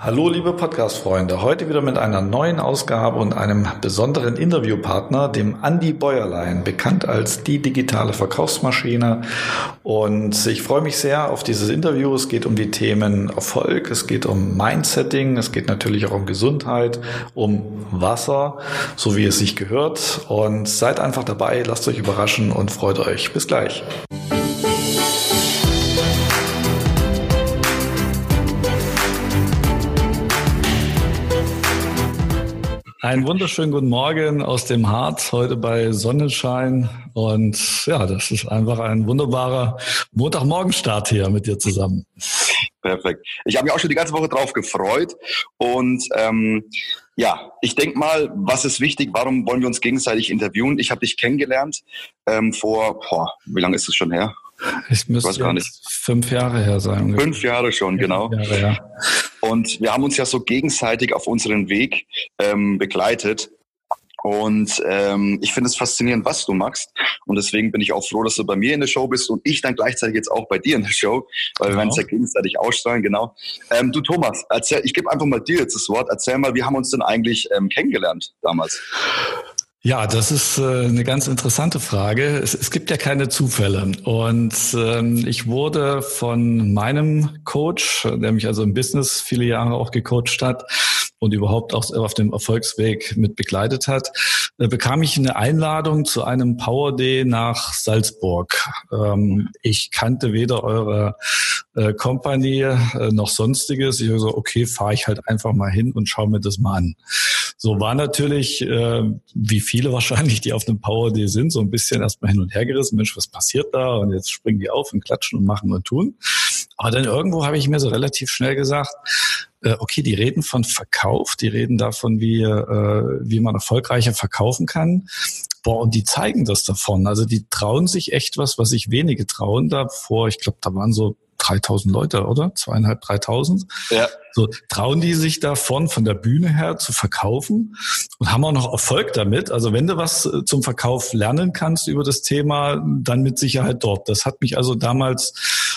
Hallo liebe Podcast-Freunde, heute wieder mit einer neuen Ausgabe und einem besonderen Interviewpartner, dem Andi Bäuerlein, bekannt als die digitale Verkaufsmaschine. Und ich freue mich sehr auf dieses Interview. Es geht um die Themen Erfolg, es geht um Mindsetting, es geht natürlich auch um Gesundheit, um Wasser, so wie es sich gehört. Und seid einfach dabei, lasst euch überraschen und freut euch. Bis gleich. Einen wunderschönen guten Morgen aus dem Harz, heute bei Sonnenschein. Und ja, das ist einfach ein wunderbarer Montagmorgenstart hier mit dir zusammen. Perfekt. Ich habe mich auch schon die ganze Woche drauf gefreut. Und ich denke mal, was ist wichtig? Warum wollen wir uns gegenseitig interviewen? Ich habe dich kennengelernt wie lange ist es schon her? Ich müsste gar nicht 5 Jahre her sein. Ungefähr. 5 Jahre schon, genau. 5 Jahre, ja. Und wir haben uns ja so gegenseitig auf unseren Weg begleitet. Und ich finde es faszinierend, was du machst. Und deswegen bin ich auch froh, dass du bei mir in der Show bist und ich dann gleichzeitig jetzt auch bei dir in der Show, weil wir werden es ja gegenseitig ausstrahlen, genau. Du Thomas, ich gebe einfach mal dir jetzt das Wort. Erzähl mal, wie haben wir uns denn eigentlich kennengelernt damals? Ja, das ist eine ganz interessante Frage. Es gibt ja keine Zufälle. Und ich wurde von meinem Coach, der mich also im Business viele Jahre auch gecoacht hat und überhaupt auch auf dem Erfolgsweg mit begleitet hat, bekam ich eine Einladung zu einem Power Day nach Salzburg. Ich kannte weder eure Company noch Sonstiges. Ich habe so, okay, fahre ich halt einfach mal hin und schaue mir das mal an. So war natürlich, wie viele wahrscheinlich, die auf einem Power Day sind, so ein bisschen erstmal hin und her gerissen. Mensch, was passiert da? Und jetzt springen die auf und klatschen und machen und tun. Aber dann irgendwo habe ich mir so relativ schnell gesagt, okay, die reden von Verkauf, die reden davon, wie man erfolgreicher verkaufen kann. Und die zeigen das davon. Also die trauen sich echt was sich wenige trauen. Ich glaube, da waren so 3.000 Leute, oder? 2.500, 3.000. Ja. So trauen die sich davon, von der Bühne her zu verkaufen und haben auch noch Erfolg damit. Also wenn du was zum Verkauf lernen kannst über das Thema, dann mit Sicherheit dort. Das hat mich also damals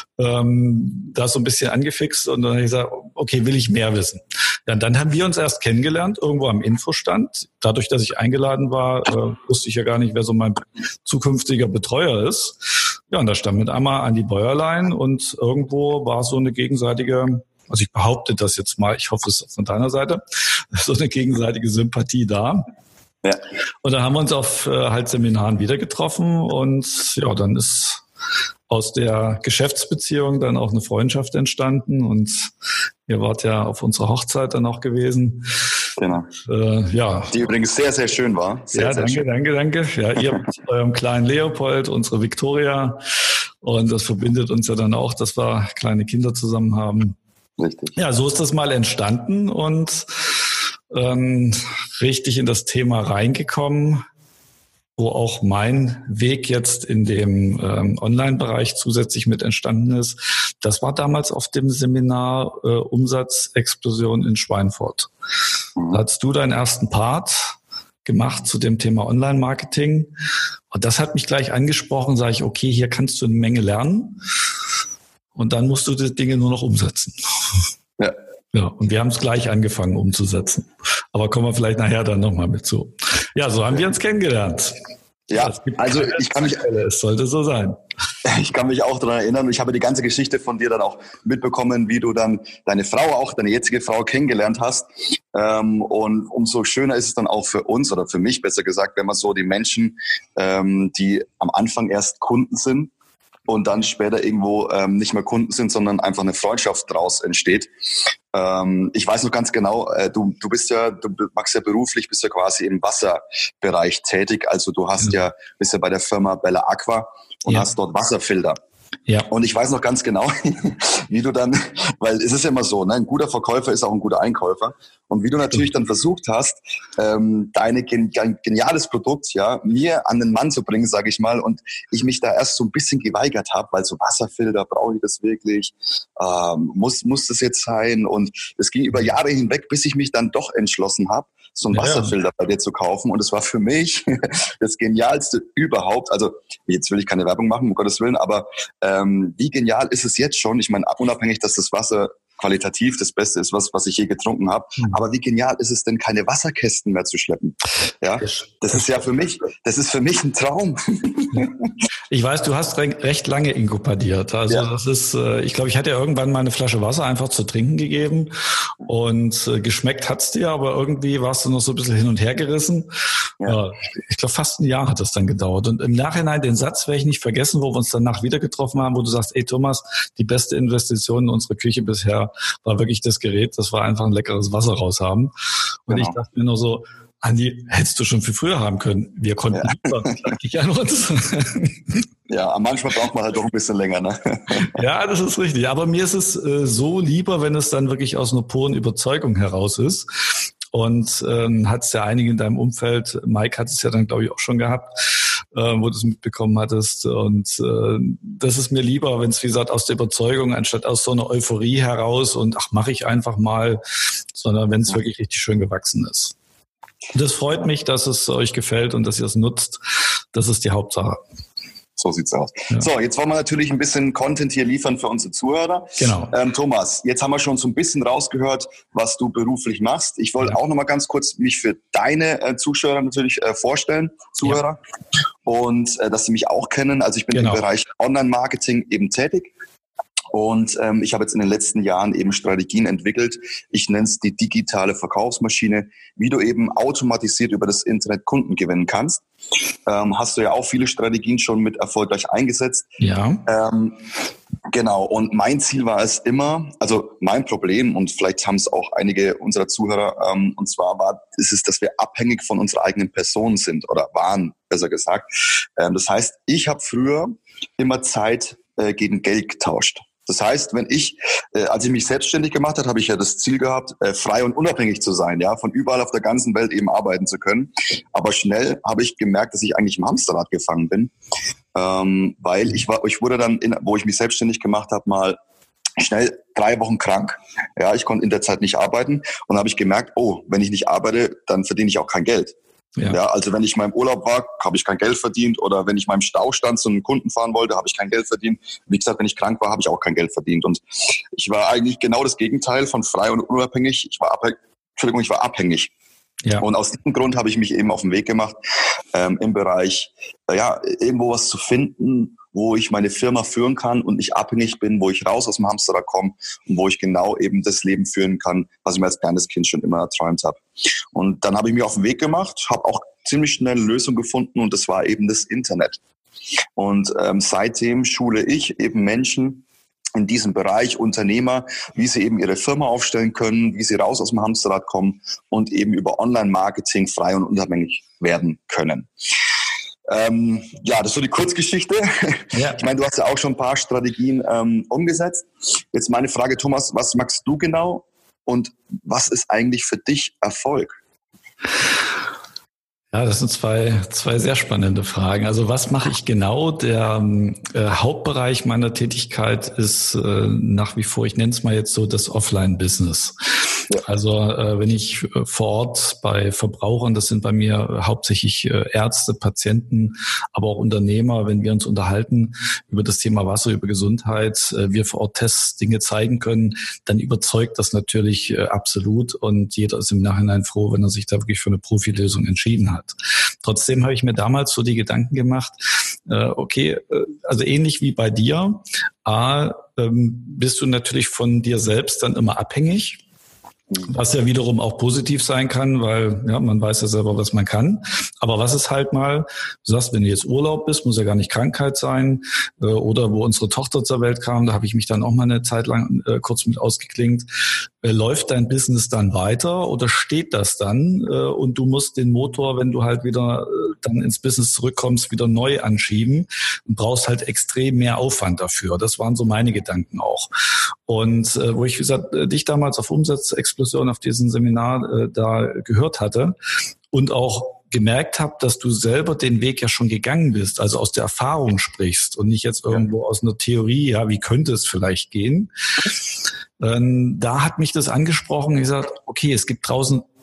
da so ein bisschen angefixt und dann habe ich gesagt, okay, will ich mehr wissen. Ja, dann haben wir uns erst kennengelernt, irgendwo am Infostand. Dadurch, dass ich eingeladen war, wusste ich ja gar nicht, wer so mein zukünftiger Betreuer ist. Ja, und da stand mit einmal Andi Bäuerlein und irgendwo war so eine gegenseitige, also ich behaupte das jetzt mal, ich hoffe es ist von deiner Seite, so eine gegenseitige Sympathie da. Ja. Und dann haben wir uns auf Seminaren wieder getroffen und ja, dann ist aus der Geschäftsbeziehung dann auch eine Freundschaft entstanden und ihr wart ja auf unserer Hochzeit dann auch gewesen. Genau. Die übrigens sehr, sehr schön war. Sehr, danke. Ja, ihr mit eurem kleinen Leopold, unsere Victoria. Und das verbindet uns ja dann auch, dass wir kleine Kinder zusammen haben. Richtig. Ja, so ist das mal entstanden und richtig in das Thema reingekommen, wo auch mein Weg jetzt in dem Online-Bereich zusätzlich mit entstanden ist. Das war damals auf dem Seminar Umsatzexplosion in Schweinfurt. Da hast du deinen ersten Part gemacht zu dem Thema Online-Marketing. Und das hat mich gleich angesprochen, sage ich, okay, hier kannst du eine Menge lernen. Und dann musst du die Dinge nur noch umsetzen. Ja. Ja, und wir haben es gleich angefangen umzusetzen. Aber kommen wir vielleicht nachher dann nochmal mit zu. Ja, so haben wir uns kennengelernt. Ja, also ich kann mich... Es sollte so sein. Ich kann mich auch daran erinnern, ich habe die ganze Geschichte von dir dann auch mitbekommen, wie du dann deine jetzige Frau kennengelernt hast. Und umso schöner ist es dann auch für uns, oder für mich besser gesagt, wenn man so die Menschen, die am Anfang erst Kunden sind, und dann später irgendwo nicht mehr Kunden sind, sondern einfach eine Freundschaft draus entsteht. Ich weiß noch ganz genau, du machst ja beruflich, bist ja quasi im Wasserbereich tätig. Also du bist ja bei der Firma Bella Aqua und hast dort Wasserfilter. Ja. Und ich weiß noch ganz genau, wie du dann, weil es ist ja immer so, ne, ein guter Verkäufer ist auch ein guter Einkäufer. Und wie du natürlich dann versucht hast, dein geniales Produkt mir an den Mann zu bringen, sage ich mal, und ich mich da erst so ein bisschen geweigert habe, weil so Wasserfilter, brauche ich das wirklich? Muss das jetzt sein? Und es ging über Jahre hinweg, bis ich mich dann doch entschlossen habe, so einen Wasserfilter bei dir zu kaufen. Und es war für mich das Genialste überhaupt. Also jetzt will ich keine Werbung machen, um Gottes Willen, aber wie genial ist es jetzt schon? Ich meine, unabhängig, dass das Wasser qualitativ das Beste ist, was ich je getrunken habe. Aber wie genial ist es denn, keine Wasserkästen mehr zu schleppen? Ja, das ist für mich ein Traum. Ich weiß, du hast recht lange inkubadiert. Also das ist, ich glaube, ich hatte ja irgendwann mal eine Flasche Wasser einfach zu trinken gegeben und geschmeckt hat's dir, aber irgendwie warst du noch so ein bisschen hin und her gerissen. Ja. Ich glaube, fast ein Jahr hat es dann gedauert. Und im Nachhinein, den Satz werde ich nicht vergessen, wo wir uns danach wieder getroffen haben, wo du sagst, ey Thomas, die beste Investition in unsere Küche bisher war wirklich das Gerät, dass wir einfach ein leckeres Wasser raus haben. Und ich dachte mir nur so, Andi, hättest du schon viel früher haben können. Wir konnten lieber, lag nicht an uns. Ja, manchmal braucht man halt doch ein bisschen länger, ne? Ja, das ist richtig. Aber mir ist es so lieber, wenn es dann wirklich aus einer puren Überzeugung heraus ist. Und hat es ja einige in deinem Umfeld, Mike hat es ja dann, glaube ich, auch schon gehabt, wo du es mitbekommen hattest. Und das ist mir lieber, wenn es, wie gesagt, aus der Überzeugung, anstatt aus so einer Euphorie heraus und ach, mache ich einfach mal, sondern wenn es wirklich richtig schön gewachsen ist. Das freut mich, dass es euch gefällt und dass ihr es nutzt. Das ist die Hauptsache. So sieht's aus. Ja. So, jetzt wollen wir natürlich ein bisschen Content hier liefern für unsere Zuhörer. Genau. Thomas, jetzt haben wir schon so ein bisschen rausgehört, was du beruflich machst. Ich wollte auch noch mal ganz kurz mich für deine Zuschauer natürlich vorstellen, Zuhörer. Ja. Und dass sie mich auch kennen. Also ich bin im Bereich Online-Marketing eben tätig. Und ich habe jetzt in den letzten Jahren eben Strategien entwickelt. Ich nenne es die digitale Verkaufsmaschine, wie du eben automatisiert über das Internet Kunden gewinnen kannst. Hast du ja auch viele Strategien schon mit erfolgreich eingesetzt. Ja. Genau. Und mein Ziel war es immer, also mein Problem, und vielleicht haben es auch einige unserer Zuhörer, und zwar ist es, dass wir abhängig von unserer eigenen Person sind oder waren, besser gesagt. Das heißt, ich habe früher immer Zeit gegen Geld getauscht. Das heißt, als ich mich selbstständig gemacht habe, habe ich ja das Ziel gehabt, frei und unabhängig zu sein, ja, von überall auf der ganzen Welt eben arbeiten zu können. Aber schnell habe ich gemerkt, dass ich eigentlich im Hamsterrad gefangen bin, weil ich wurde dann, wo ich mich selbstständig gemacht habe, mal schnell 3 Wochen krank. Ja, ich konnte in der Zeit nicht arbeiten und habe ich gemerkt, oh, wenn ich nicht arbeite, dann verdiene ich auch kein Geld. Ja, also wenn ich mal im Urlaub war, habe ich kein Geld verdient, oder wenn ich mal im Stau stand, zu einem Kunden fahren wollte, habe ich kein Geld verdient. Wie gesagt, wenn ich krank war, habe ich auch kein Geld verdient. Und ich war eigentlich genau das Gegenteil von frei und unabhängig. Ich war abhängig. Ja. Und aus diesem Grund habe ich mich eben auf den Weg gemacht, im Bereich, irgendwo was zu finden, wo ich meine Firma führen kann und nicht abhängig bin, wo ich raus aus dem Hamsterrad komme und wo ich genau eben das Leben führen kann, was ich mir als kleines Kind schon immer erträumt habe. Und dann habe ich mich auf den Weg gemacht, habe auch ziemlich schnell eine Lösung gefunden, und das war eben das Internet. Und seitdem schule ich eben Menschen in diesem Bereich, Unternehmer, wie sie eben ihre Firma aufstellen können, wie sie raus aus dem Hamsterrad kommen und eben über Online-Marketing frei und unabhängig werden können. Das ist so die Kurzgeschichte. Ja. Ich meine, du hast ja auch schon ein paar Strategien umgesetzt. Jetzt meine Frage, Thomas, was magst du genau und was ist eigentlich für dich Erfolg? Ja, das sind zwei sehr spannende Fragen. Also was mache ich genau? Der Hauptbereich meiner Tätigkeit ist nach wie vor, ich nenne es mal jetzt so, das Offline-Business. Ja. Also wenn ich vor Ort bei Verbrauchern, das sind bei mir hauptsächlich Ärzte, Patienten, aber auch Unternehmer, wenn wir uns unterhalten über das Thema Wasser, über Gesundheit, wir vor Ort Tests, Dinge zeigen können, dann überzeugt das natürlich absolut, und jeder ist im Nachhinein froh, wenn er sich da wirklich für eine Profilösung entschieden hat. Trotzdem habe ich mir damals so die Gedanken gemacht, also ähnlich wie bei dir, bist du natürlich von dir selbst dann immer abhängig. Was ja wiederum auch positiv sein kann, weil man weiß ja selber, was man kann. Aber was ist halt mal, du sagst, wenn du jetzt Urlaub bist, muss ja gar nicht Krankheit sein. Oder wo unsere Tochter zur Welt kam, da habe ich mich dann auch mal eine Zeit lang kurz mit ausgeklingt. Läuft dein Business dann weiter oder steht das dann? Und du musst den Motor, wenn du halt wieder dann ins Business zurückkommst, wieder neu anschieben und brauchst halt extrem mehr Aufwand dafür. Das waren so meine Gedanken auch. Und wo ich, wie gesagt, dich damals auf Umsatzexplosion auf diesem Seminar da gehört hatte und auch gemerkt habe, dass du selber den Weg ja schon gegangen bist, also aus der Erfahrung sprichst und nicht jetzt irgendwo aus einer Theorie, wie könnte es vielleicht gehen. Da hat mich das angesprochen. Ich gesagt, okay, es gibt draußen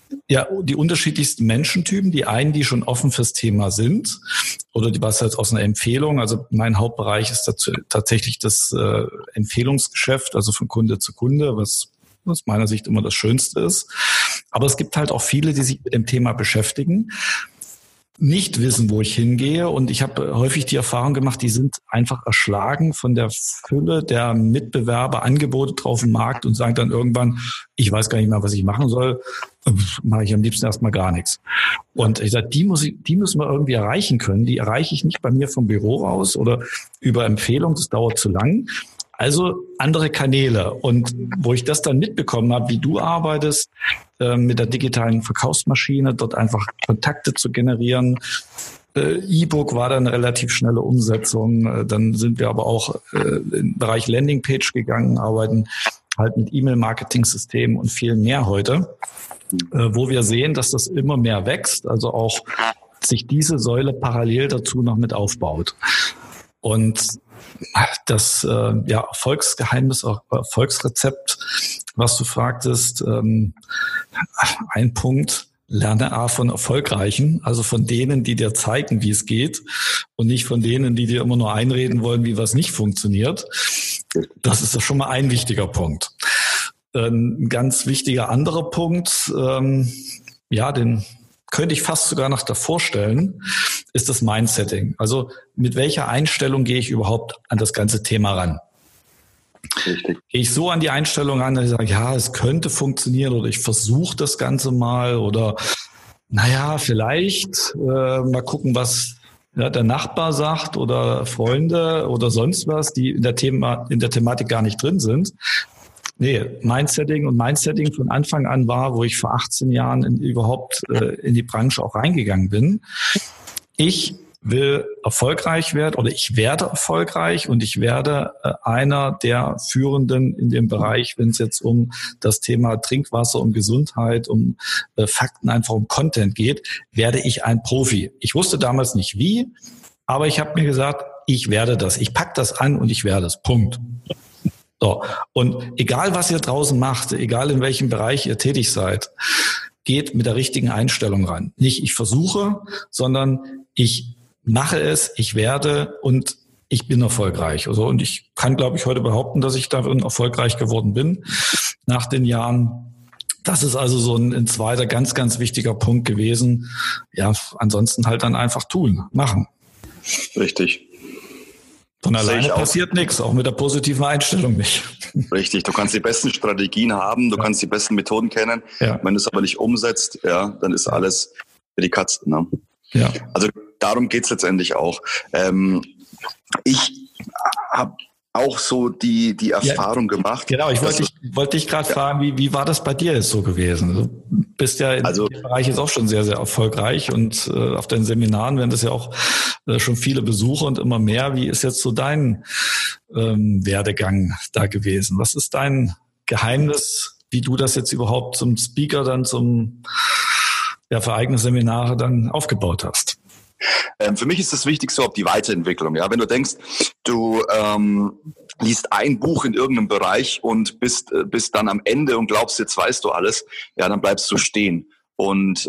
Ja, die unterschiedlichsten Menschentypen. Die einen, die schon offen fürs Thema sind oder die was halt aus einer Empfehlung. Also mein Hauptbereich ist dazu tatsächlich das Empfehlungsgeschäft, also von Kunde zu Kunde, was aus meiner Sicht immer das Schönste ist. Aber es gibt halt auch viele, die sich mit dem Thema beschäftigen, nicht wissen, wo ich hingehe. Und ich habe häufig die Erfahrung gemacht, die sind einfach erschlagen von der Fülle der Mitbewerber, Angebote drauf im Markt und sagen dann irgendwann, ich weiß gar nicht mehr, was ich machen soll, mache ich am liebsten erstmal gar nichts. Und ich sage, die müssen wir irgendwie erreichen können. Die erreiche ich nicht bei mir vom Büro aus oder über Empfehlung, das dauert zu lang. Also andere Kanäle. Und wo ich das dann mitbekommen habe, wie du arbeitest, mit der digitalen Verkaufsmaschine, dort einfach Kontakte zu generieren. E-Book war dann eine relativ schnelle Umsetzung. Dann sind wir aber auch im Bereich Landingpage gegangen, arbeiten halt mit E-Mail-Marketing-Systemen und viel mehr heute, wo wir sehen, dass das immer mehr wächst, also auch sich diese Säule parallel dazu noch mit aufbaut. Und das Erfolgsgeheimnis, auch Erfolgsrezept, was du fragtest, ein Punkt, lerne von Erfolgreichen, also von denen, die dir zeigen, wie es geht und nicht von denen, die dir immer nur einreden wollen, wie was nicht funktioniert. Das ist schon mal ein wichtiger Punkt. Ein ganz wichtiger anderer Punkt, den könnte ich fast sogar noch davor stellen, ist das Mindsetting. Also mit welcher Einstellung gehe ich überhaupt an das ganze Thema ran? Richtig. Gehe ich so an die Einstellung ran, dass ich sage, ja, es könnte funktionieren oder ich versuche das Ganze mal oder vielleicht mal gucken, was der Nachbar sagt oder Freunde oder sonst was, die in der Thematik gar nicht drin sind. Nee, Mindsetting von Anfang an war, wo ich vor 18 Jahren in die Branche auch reingegangen bin. Ich will erfolgreich werden oder ich werde erfolgreich und ich werde einer der Führenden in dem Bereich, wenn es jetzt um das Thema Trinkwasser, um Gesundheit, um Fakten, einfach um Content geht, werde ich ein Profi. Ich wusste damals nicht wie, aber ich habe mir gesagt, ich werde das. Ich pack das an und ich werde es. Punkt. So. Und egal, was ihr draußen macht, egal in welchem Bereich ihr tätig seid, geht mit der richtigen Einstellung ran. Nicht ich versuche, sondern ich mache es, ich werde und ich bin erfolgreich. Also, und ich kann, glaube ich, heute behaupten, dass ich darin erfolgreich geworden bin nach den Jahren. Das ist also so ein zweiter ganz, ganz wichtiger Punkt gewesen. Ja, ansonsten halt dann einfach tun, machen. Richtig. Von alleine passiert nichts, auch mit der positiven Einstellung nicht. Richtig, du kannst die besten Strategien haben, du kannst die besten Methoden kennen. Ja. Wenn du es aber nicht umsetzt, dann ist alles für die Katze. Ne? Ja. Also darum geht's letztendlich auch. Ich habe auch so die Erfahrung gemacht. Genau, ich wollte dich gerade fragen, wie war das bei dir jetzt so gewesen? Du bist ja in dem Bereich jetzt auch schon sehr, sehr erfolgreich und auf deinen Seminaren werden das ja auch schon viele Besucher und immer mehr. Wie ist jetzt so dein Werdegang da gewesen? Was ist dein Geheimnis, wie du das jetzt überhaupt zum Speaker dann für eigene Seminare dann aufgebaut hast? Für mich ist das Wichtigste auch die Weiterentwicklung. Ja, wenn du denkst, du liest ein Buch in irgendeinem Bereich und bist dann am Ende und glaubst, jetzt weißt du alles, dann bleibst du stehen. Und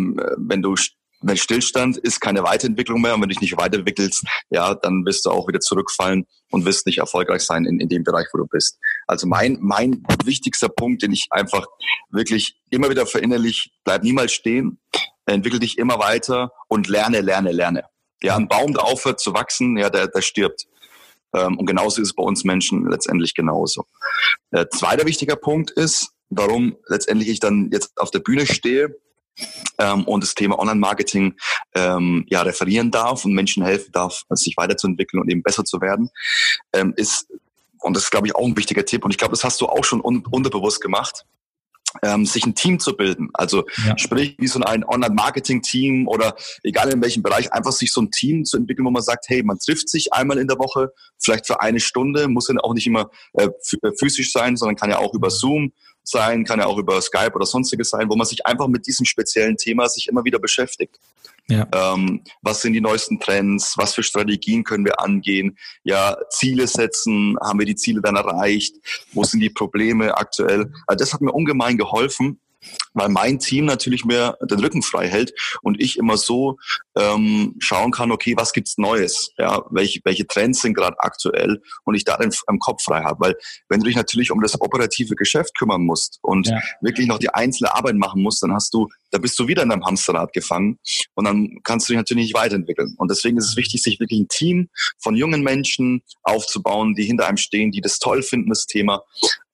wenn Stillstand ist keine Weiterentwicklung mehr und wenn du dich nicht weiterentwickelst, dann wirst du auch wieder zurückfallen und wirst nicht erfolgreich sein in dem Bereich, wo du bist. Also mein wichtigster Punkt, den ich einfach wirklich immer wieder verinnerlich, bleib niemals stehen, entwickel dich immer weiter und lerne. Ja, ein Baum, der aufhört zu wachsen, der stirbt. Und genauso ist es bei uns Menschen letztendlich genauso. Zweiter wichtiger Punkt ist, warum letztendlich ich dann jetzt auf der Bühne stehe und das Thema Online-Marketing referieren darf und Menschen helfen darf, sich weiterzuentwickeln und eben besser zu werden, ist, und das ist, glaube ich, auch ein wichtiger Tipp, und ich glaube, das hast du auch schon unterbewusst gemacht, sich ein Team zu bilden. Also sprich, wie so ein Online-Marketing-Team oder egal in welchem Bereich, einfach sich so ein Team zu entwickeln, wo man sagt, hey, man trifft sich einmal in der Woche, vielleicht für eine Stunde, muss ja auch nicht immer physisch sein, sondern kann ja auch über Zoom sein, kann ja auch über Skype oder sonstiges sein, wo man sich einfach mit diesem speziellen Thema sich immer wieder beschäftigt. Ja. Was sind die neuesten Trends? Was für Strategien können wir angehen? Ja, Ziele setzen. Haben wir die Ziele dann erreicht? Wo sind die Probleme aktuell? Also das hat mir ungemein geholfen, weil mein Team natürlich mir den Rücken frei hält und ich immer so schauen kann, okay, was gibt's Neues? Ja, welche Trends sind gerade aktuell und ich da den Kopf frei habe. Weil wenn du dich natürlich um das operative Geschäft kümmern musst und wirklich noch die einzelne Arbeit machen musst, da bist du wieder in deinem Hamsterrad gefangen und dann kannst du dich natürlich nicht weiterentwickeln. Und deswegen ist es wichtig, sich wirklich ein Team von jungen Menschen aufzubauen, die hinter einem stehen, die das toll finden, das Thema.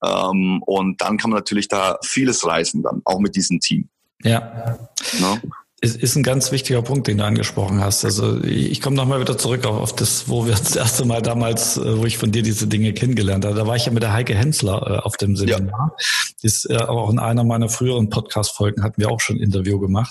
Und dann kann man natürlich da vieles reißen, dann auch mit diesem Team. Ja. No? Es ist ein ganz wichtiger Punkt, den du angesprochen hast. Also ich komme nochmal wieder zurück auf das, wo wir das erste Mal damals, wo ich von dir diese Dinge kennengelernt habe. Da war ich ja mit der Heike Hensler auf dem Seminar. Ist auch in einer meiner früheren Podcast-Folgen hatten wir auch schon ein Interview gemacht.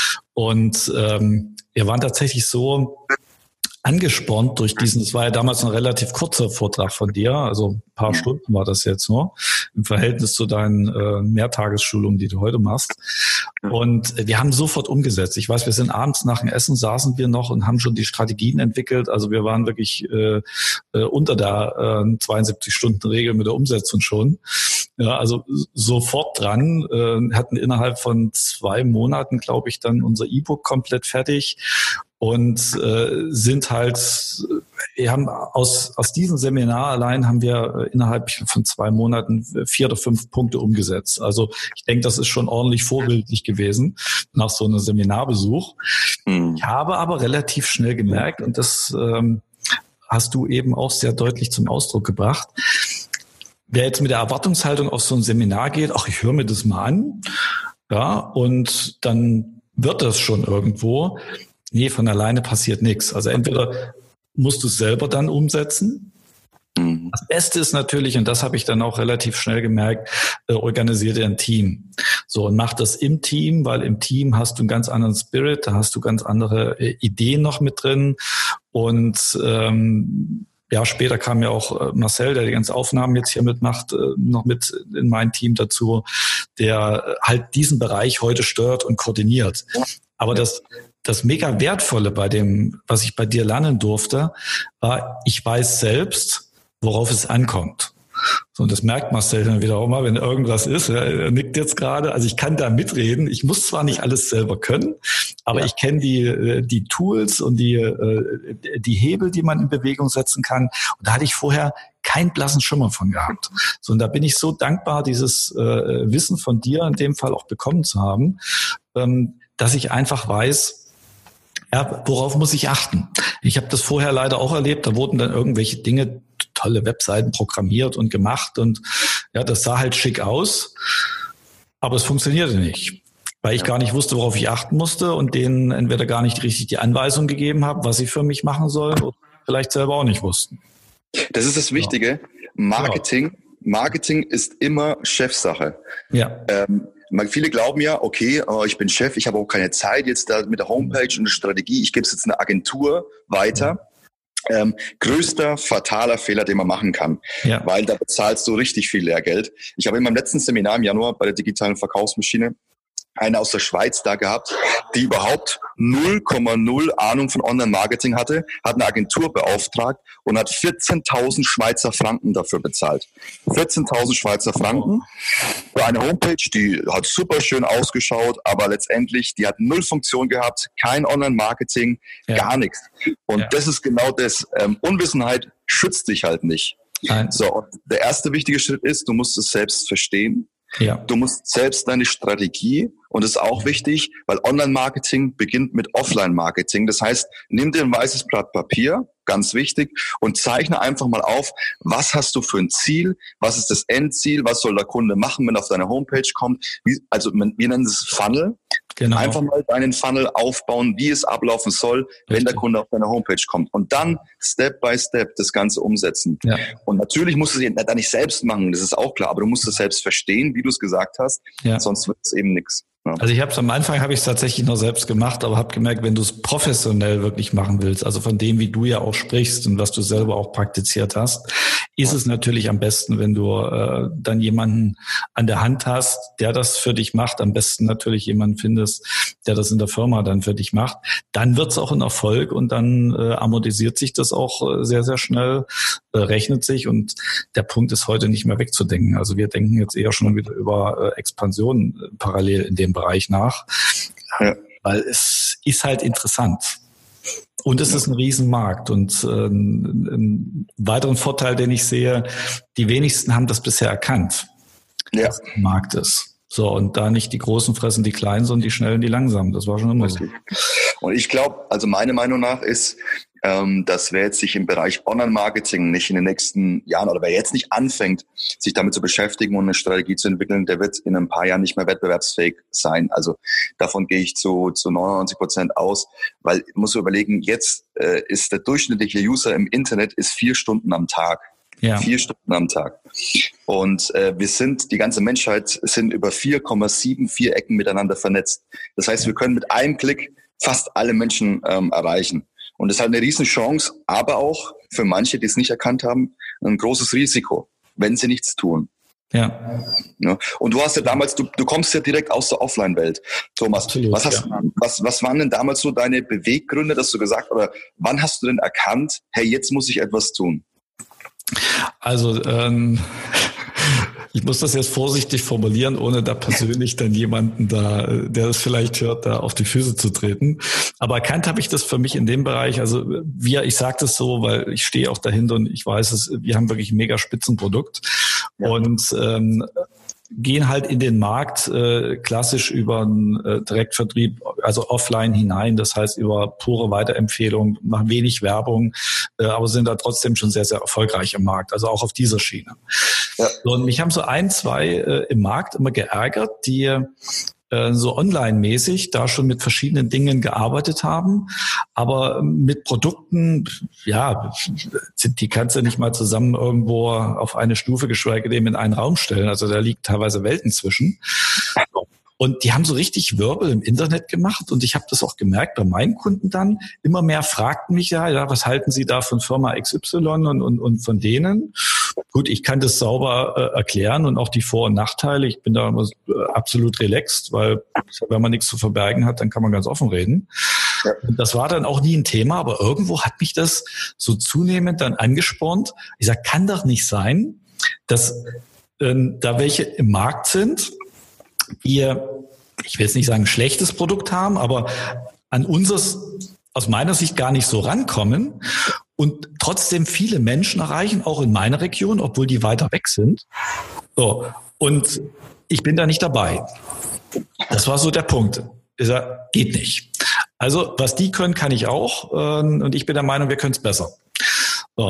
Und wir waren tatsächlich so angespornt durch es war ja damals ein relativ kurzer Vortrag von dir, also ein paar Stunden war das jetzt nur, im Verhältnis zu deinen Mehrtagesschulungen, die du heute machst. Und wir haben sofort umgesetzt. Ich weiß, wir sind abends nach dem Essen, saßen wir noch und haben schon die Strategien entwickelt. Also wir waren wirklich unter der 72-Stunden-Regel mit der Umsetzung schon. Ja, also sofort dran, hatten innerhalb von 2 Monaten, glaube ich, dann unser E-Book komplett fertig. Und sind halt, wir haben aus diesem Seminar allein haben wir innerhalb von 2 Monaten 4 oder 5 Punkte umgesetzt. Also ich denke, das ist schon ordentlich vorbildlich gewesen nach so einem Seminarbesuch. Ich habe aber relativ schnell gemerkt, und das hast du eben auch sehr deutlich zum Ausdruck gebracht, wer jetzt mit der Erwartungshaltung auf so ein Seminar geht, ach, ich höre mir das mal an, ja, und dann wird das schon irgendwo. Nee, von alleine passiert nichts. Also entweder musst du es selber dann umsetzen. Das Beste ist natürlich, und das habe ich dann auch relativ schnell gemerkt, organisier dir ein Team. So, und mach das im Team, weil im Team hast du einen ganz anderen Spirit, da hast du ganz andere Ideen noch mit drin. Und später kam ja auch Marcel, der die ganzen Aufnahmen jetzt hier mitmacht, noch mit in mein Team dazu, der halt diesen Bereich heute steuert und koordiniert. Aber das mega Wertvolle bei dem, was ich bei dir lernen durfte, war, ich weiß selbst, worauf es ankommt. So, und das merkt Marcel dann wieder auch mal, wenn irgendwas ist. Er nickt jetzt gerade. Also ich kann da mitreden. Ich muss zwar nicht alles selber können, aber ich kenne die Tools und die Hebel, die man in Bewegung setzen kann. Und da hatte ich vorher keinen blassen Schimmer von gehabt. So, und da bin ich so dankbar, dieses Wissen von dir in dem Fall auch bekommen zu haben, dass ich einfach weiß, ja, worauf muss ich achten? Ich habe das vorher leider auch erlebt, da wurden dann irgendwelche Dinge, tolle Webseiten programmiert und gemacht und ja, das sah halt schick aus, aber es funktionierte nicht, weil ich gar nicht wusste, worauf ich achten musste und denen entweder gar nicht richtig die Anweisung gegeben habe, was sie für mich machen sollen oder vielleicht selber auch nicht wussten. Das ist das Wichtige. Marketing ist immer Chefsache. Ja. Viele glauben ja, okay, ich bin Chef, ich habe auch keine Zeit jetzt da mit der Homepage und der Strategie, ich gebe es jetzt eine Agentur weiter. Größter, fataler Fehler, den man machen kann, weil da bezahlst du richtig viel Lehrgeld. Ich habe in meinem letzten Seminar im Januar bei der digitalen Verkaufsmaschine eine aus der Schweiz da gehabt, die überhaupt 0,0 Ahnung von Online-Marketing hatte, hat eine Agentur beauftragt und hat 14.000 Schweizer Franken dafür bezahlt. 14.000 Schweizer Franken für eine Homepage, die hat super schön ausgeschaut, aber letztendlich, die hat 0 Funktion gehabt, kein Online-Marketing, gar nichts. Und das ist genau das. Unwissenheit schützt dich halt nicht. Nein. So, und der erste wichtige Schritt ist, du musst es selbst verstehen. Ja. Du musst selbst deine Strategie, und das ist auch wichtig, weil Online-Marketing beginnt mit Offline-Marketing. Das heißt, nimm dir ein weißes Blatt Papier, ganz wichtig, und zeichne einfach mal auf, was hast du für ein Ziel, was ist das Endziel, was soll der Kunde machen, wenn er auf deine Homepage kommt. Wir nennen es Funnel. Genau. Einfach mal deinen Funnel aufbauen, wie es ablaufen soll, wenn der Kunde auf deine Homepage kommt. Und dann Step by Step das Ganze umsetzen. Ja. Und natürlich musst du es da nicht selbst machen, das ist auch klar, aber du musst es selbst verstehen, wie du es gesagt hast, sonst wird es eben nichts. Ja. Also am Anfang habe ich es tatsächlich noch selbst gemacht, aber habe gemerkt, wenn du es professionell wirklich machen willst, also von dem, wie du ja auch sprichst und was du selber auch praktiziert hast, ist es natürlich am besten, wenn du dann jemanden an der Hand hast, der das für dich macht, am besten natürlich jemanden findest, der das in der Firma dann für dich macht, dann wird es auch ein Erfolg und dann amortisiert sich das auch sehr, sehr schnell, rechnet sich und der Punkt ist heute nicht mehr wegzudenken. Also wir denken jetzt eher schon wieder über Expansion parallel in dem Bereich nach, weil es ist halt interessant. Und es ist ein Riesenmarkt. Und einen weiteren Vorteil, den ich sehe, die wenigsten haben das bisher erkannt, dass es ein Markt ist. So, und da nicht die Großen fressen die Kleinen, sondern die Schnellen, die Langsamen. Das war schon immer so. Und ich glaube, also meine Meinung nach ist, dass wer jetzt sich im Bereich Online-Marketing nicht in den nächsten Jahren oder wer jetzt nicht anfängt, sich damit zu beschäftigen und eine Strategie zu entwickeln, der wird in ein paar Jahren nicht mehr wettbewerbsfähig sein. Also davon gehe ich zu 99% aus, weil ich muss überlegen, jetzt ist der durchschnittliche User im Internet ist 4 Stunden am Tag. Ja. 4 Stunden am Tag. Und die ganze Menschheit sind über 4,74 Ecken miteinander vernetzt. Das heißt, wir können mit einem Klick fast alle Menschen erreichen. Und das ist halt eine Riesenchance, aber auch für manche, die es nicht erkannt haben, ein großes Risiko, wenn sie nichts tun. Ja. Und du hast ja damals, du kommst ja direkt aus der Offline-Welt, Thomas. Absolut, was waren denn damals so deine Beweggründe, dass du gesagt, oder wann hast du denn erkannt, hey, jetzt muss ich etwas tun? Also ich muss das jetzt vorsichtig formulieren, ohne da persönlich dann jemanden da, der das vielleicht hört, da auf die Füße zu treten. Aber erkannt habe ich das für mich in dem Bereich, also ich sage das so, weil ich stehe auch dahinter und ich weiß es, wir haben wirklich ein mega Spitzenprodukt und gehen halt in den Markt klassisch über einen Direktvertrieb, also offline hinein, das heißt über pure Weiterempfehlung, machen wenig Werbung, aber sind da trotzdem schon sehr, sehr erfolgreich im Markt, also auch auf dieser Schiene. Ja. Und mich haben so 1, 2 im Markt immer geärgert, die so online-mäßig da schon mit verschiedenen Dingen gearbeitet haben, aber mit Produkten, ja, die kannst du nicht mal zusammen irgendwo auf eine Stufe, geschweige denn in einen Raum stellen. Also da liegt teilweise Welten zwischen. Und die haben so richtig Wirbel im Internet gemacht und ich habe das auch gemerkt bei meinen Kunden dann. Immer mehr fragten mich ja, was halten Sie da von Firma XY und von denen? Gut, ich kann das sauber erklären und auch die Vor- und Nachteile. Ich bin da absolut relaxed, weil wenn man nichts zu verbergen hat, dann kann man ganz offen reden. Ja. Und das war dann auch nie ein Thema, aber irgendwo hat mich das so zunehmend dann angespornt. Ich sage, kann doch nicht sein, dass da welche im Markt sind, die, ich will jetzt nicht sagen, ein schlechtes Produkt haben, aber an unseres aus meiner Sicht gar nicht so rankommen und trotzdem viele Menschen erreichen, auch in meiner Region, obwohl die weiter weg sind. So, und ich bin da nicht dabei. Das war so der Punkt. Ich sag, geht nicht. Also, was die können, kann ich auch. Und ich bin der Meinung, wir können es besser. So,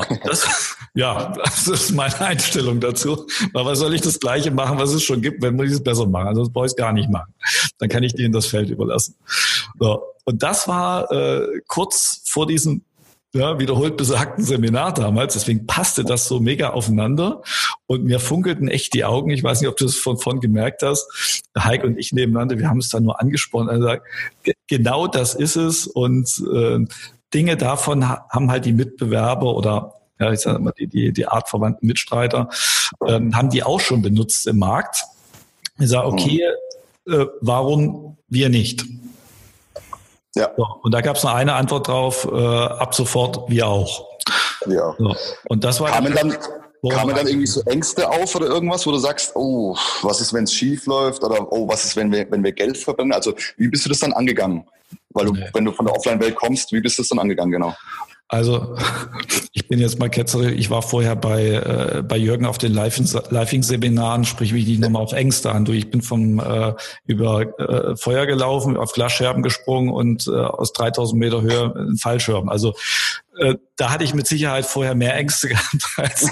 das ist meine Einstellung dazu. Weil was soll ich das Gleiche machen, was es schon gibt, wenn wir es besser machen? Also das brauche ich es gar nicht machen. Dann kann ich denen das Feld überlassen. So, und das war kurz vor diesem wiederholt besagten Seminar damals. Deswegen passte das so mega aufeinander. Und mir funkelten echt die Augen. Ich weiß nicht, ob du es von gemerkt hast. Heike und ich nebeneinander, wir haben es dann nur angesprochen. Also, genau das ist es. Und Dinge davon haben halt die Mitbewerber oder ich sage mal die artverwandten Mitstreiter, haben die auch schon benutzt im Markt. Ich sage, okay, warum wir nicht? Ja. So, und da gab es noch eine Antwort drauf, ab sofort wir auch. Ja. So, und das war kamen dann irgendwie so Ängste auf oder irgendwas, wo du sagst, oh, was ist, wenn es schief läuft, oder oh, was ist, wenn wir Geld verbrennen? Also wie bist du das dann angegangen? Weil wenn du von der Offline-Welt kommst, wie bist du das dann angegangen, genau? Also ich bin jetzt mal ketzerisch, ich war vorher bei Jürgen auf den Living-Seminaren, sprich mich nicht nochmal auf Ängste an. Ich bin über Feuer gelaufen, auf Glasscherben gesprungen und aus 3000 Meter Höhe einen Fallschirm. Also da hatte ich mit Sicherheit vorher mehr Ängste gehabt als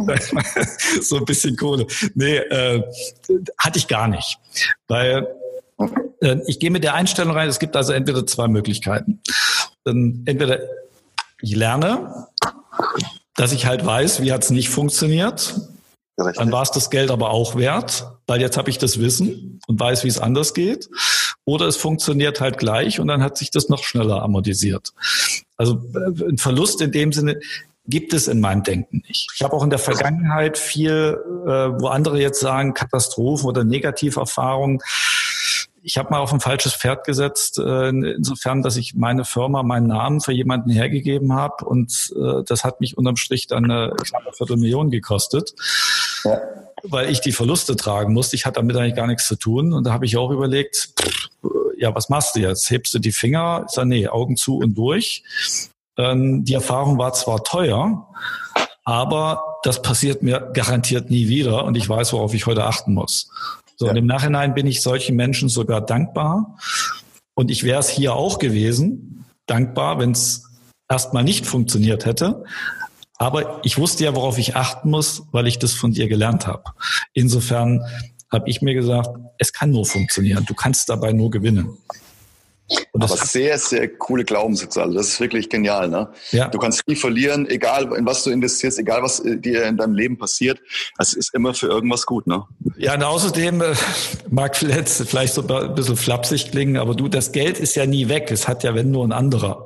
so ein bisschen Kohle. Nee, hatte ich gar nicht. Weil ich gehe mit der Einstellung rein, es gibt also entweder 2 Möglichkeiten. Entweder ich lerne, dass ich halt weiß, wie hat es nicht funktioniert. Richtig. Dann war es das Geld aber auch wert, weil jetzt habe ich das Wissen und weiß, wie es anders geht. Oder es funktioniert halt gleich und dann hat sich das noch schneller amortisiert. Also ein Verlust in dem Sinne gibt es in meinem Denken nicht. Ich habe auch in der Vergangenheit viel, wo andere jetzt sagen, Katastrophen oder Negativerfahrungen, ich habe mal auf ein falsches Pferd gesetzt, insofern, dass ich meine Firma, meinen Namen für jemanden hergegeben habe und das hat mich unterm Strich dann eine knappe Viertelmillion gekostet, weil ich die Verluste tragen musste. Ich hatte damit eigentlich gar nichts zu tun und da habe ich auch überlegt, ja, was machst du jetzt? Hebst du die Finger? Ich sage, nee, Augen zu und durch. Die Erfahrung war zwar teuer, aber das passiert mir garantiert nie wieder und ich weiß, worauf ich heute achten muss. So, und im Nachhinein bin ich solchen Menschen sogar dankbar. Und ich wäre es hier auch gewesen, dankbar, wenn es erstmal nicht funktioniert hätte. Aber ich wusste ja, worauf ich achten muss, weil ich das von dir gelernt habe. Insofern habe ich mir gesagt, es kann nur funktionieren. Du kannst dabei nur gewinnen. Und aber sehr, sehr coole Glaubenssätze. Also das ist wirklich genial. Ne? Ja. Du kannst nie verlieren, egal in was du investierst, egal was dir in deinem Leben passiert. Es ist immer für irgendwas gut. Ne? Ja, und außerdem mag vielleicht so ein bisschen flapsig klingen, aber das Geld ist ja nie weg. Es hat ja, wenn nur ein anderer.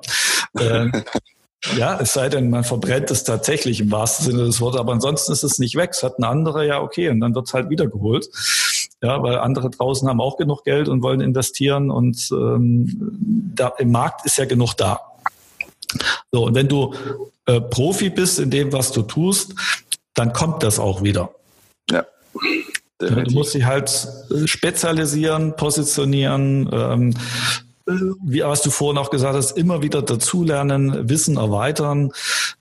Ja, es sei denn, man verbrennt es tatsächlich im wahrsten Sinne des Wortes, aber ansonsten ist es nicht weg. Es hat ein anderer, ja okay, und dann wird es halt wiedergeholt. Ja, weil andere draußen haben auch genug Geld und wollen investieren und da im Markt ist ja genug da. So, und wenn du Profi bist in dem, was du tust, dann kommt das auch wieder. Ja. Definitiv. Du musst dich halt spezialisieren, positionieren, wie was du vorhin auch gesagt hast, immer wieder dazulernen, Wissen erweitern.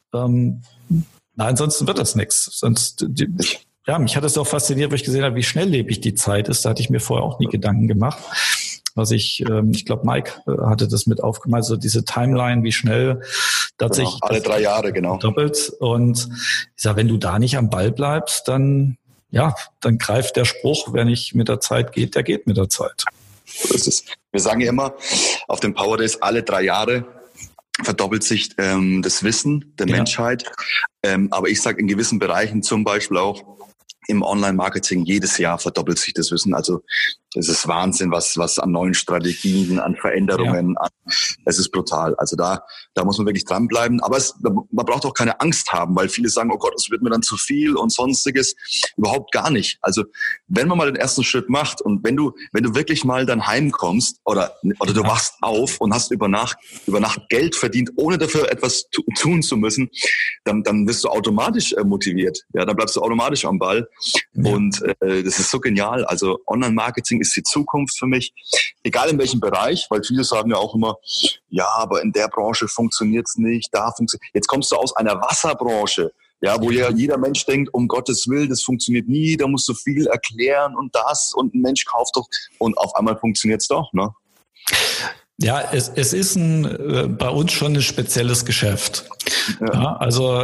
Ansonsten wird das nichts. Sonst ja, mich hat es auch fasziniert, weil ich gesehen habe, wie schnelllebig die Zeit ist. Da hatte ich mir vorher auch nie Gedanken gemacht. Ich glaube, Mike hatte das mit aufgemalt, so diese Timeline, wie schnell tatsächlich. Genau, alle 3 Jahre, genau. Doppelt. Und ich sage, wenn du da nicht am Ball bleibst, dann greift der Spruch, wer nicht mit der Zeit geht, der geht mit der Zeit. So ist es. Wir sagen ja immer, auf den Power Days alle 3 Jahre verdoppelt sich das Wissen der Menschheit. Aber ich sage in gewissen Bereichen zum Beispiel auch, im Online-Marketing jedes Jahr verdoppelt sich das Wissen. Also es ist Wahnsinn, was an neuen Strategien, an Veränderungen, es ist brutal. Also da muss man wirklich dranbleiben. Aber man braucht auch keine Angst haben, weil viele sagen, oh Gott, es wird mir dann zu viel und Sonstiges. Überhaupt gar nicht. Also wenn man mal den ersten Schritt macht und wenn du wirklich mal dann heimkommst oder du wachst auf und hast über Nacht Geld verdient, ohne dafür etwas tun zu müssen, dann wirst du automatisch motiviert. Ja, dann bleibst du automatisch am Ball. Ja. Und das ist so genial. Also Online-Marketing ist die Zukunft für mich, egal in welchem Bereich, weil viele sagen ja auch immer, ja, aber in der Branche funktioniert's nicht, da funktioniert. Jetzt kommst du aus einer Wasserbranche, ja, wo ja jeder Mensch denkt, um Gottes Willen, das funktioniert nie, da musst du viel erklären und das und ein Mensch kauft doch und auf einmal funktioniert's doch, ne? Ja, es ist bei uns schon ein spezielles Geschäft. Ja, also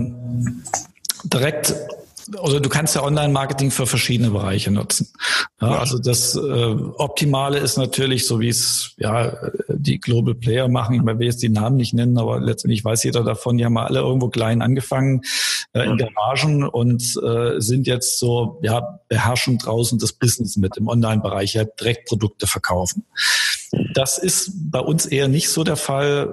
direkt. Oder du kannst ja Online-Marketing für verschiedene Bereiche nutzen. Ja, also das Optimale ist natürlich, so wie es die Global Player machen, ich will jetzt die Namen nicht nennen, aber letztendlich weiß jeder davon, die haben ja alle irgendwo klein angefangen in Garagen und sind jetzt so beherrschen draußen das Business mit im Online-Bereich, direkt Produkte verkaufen. Das ist bei uns eher nicht so der Fall,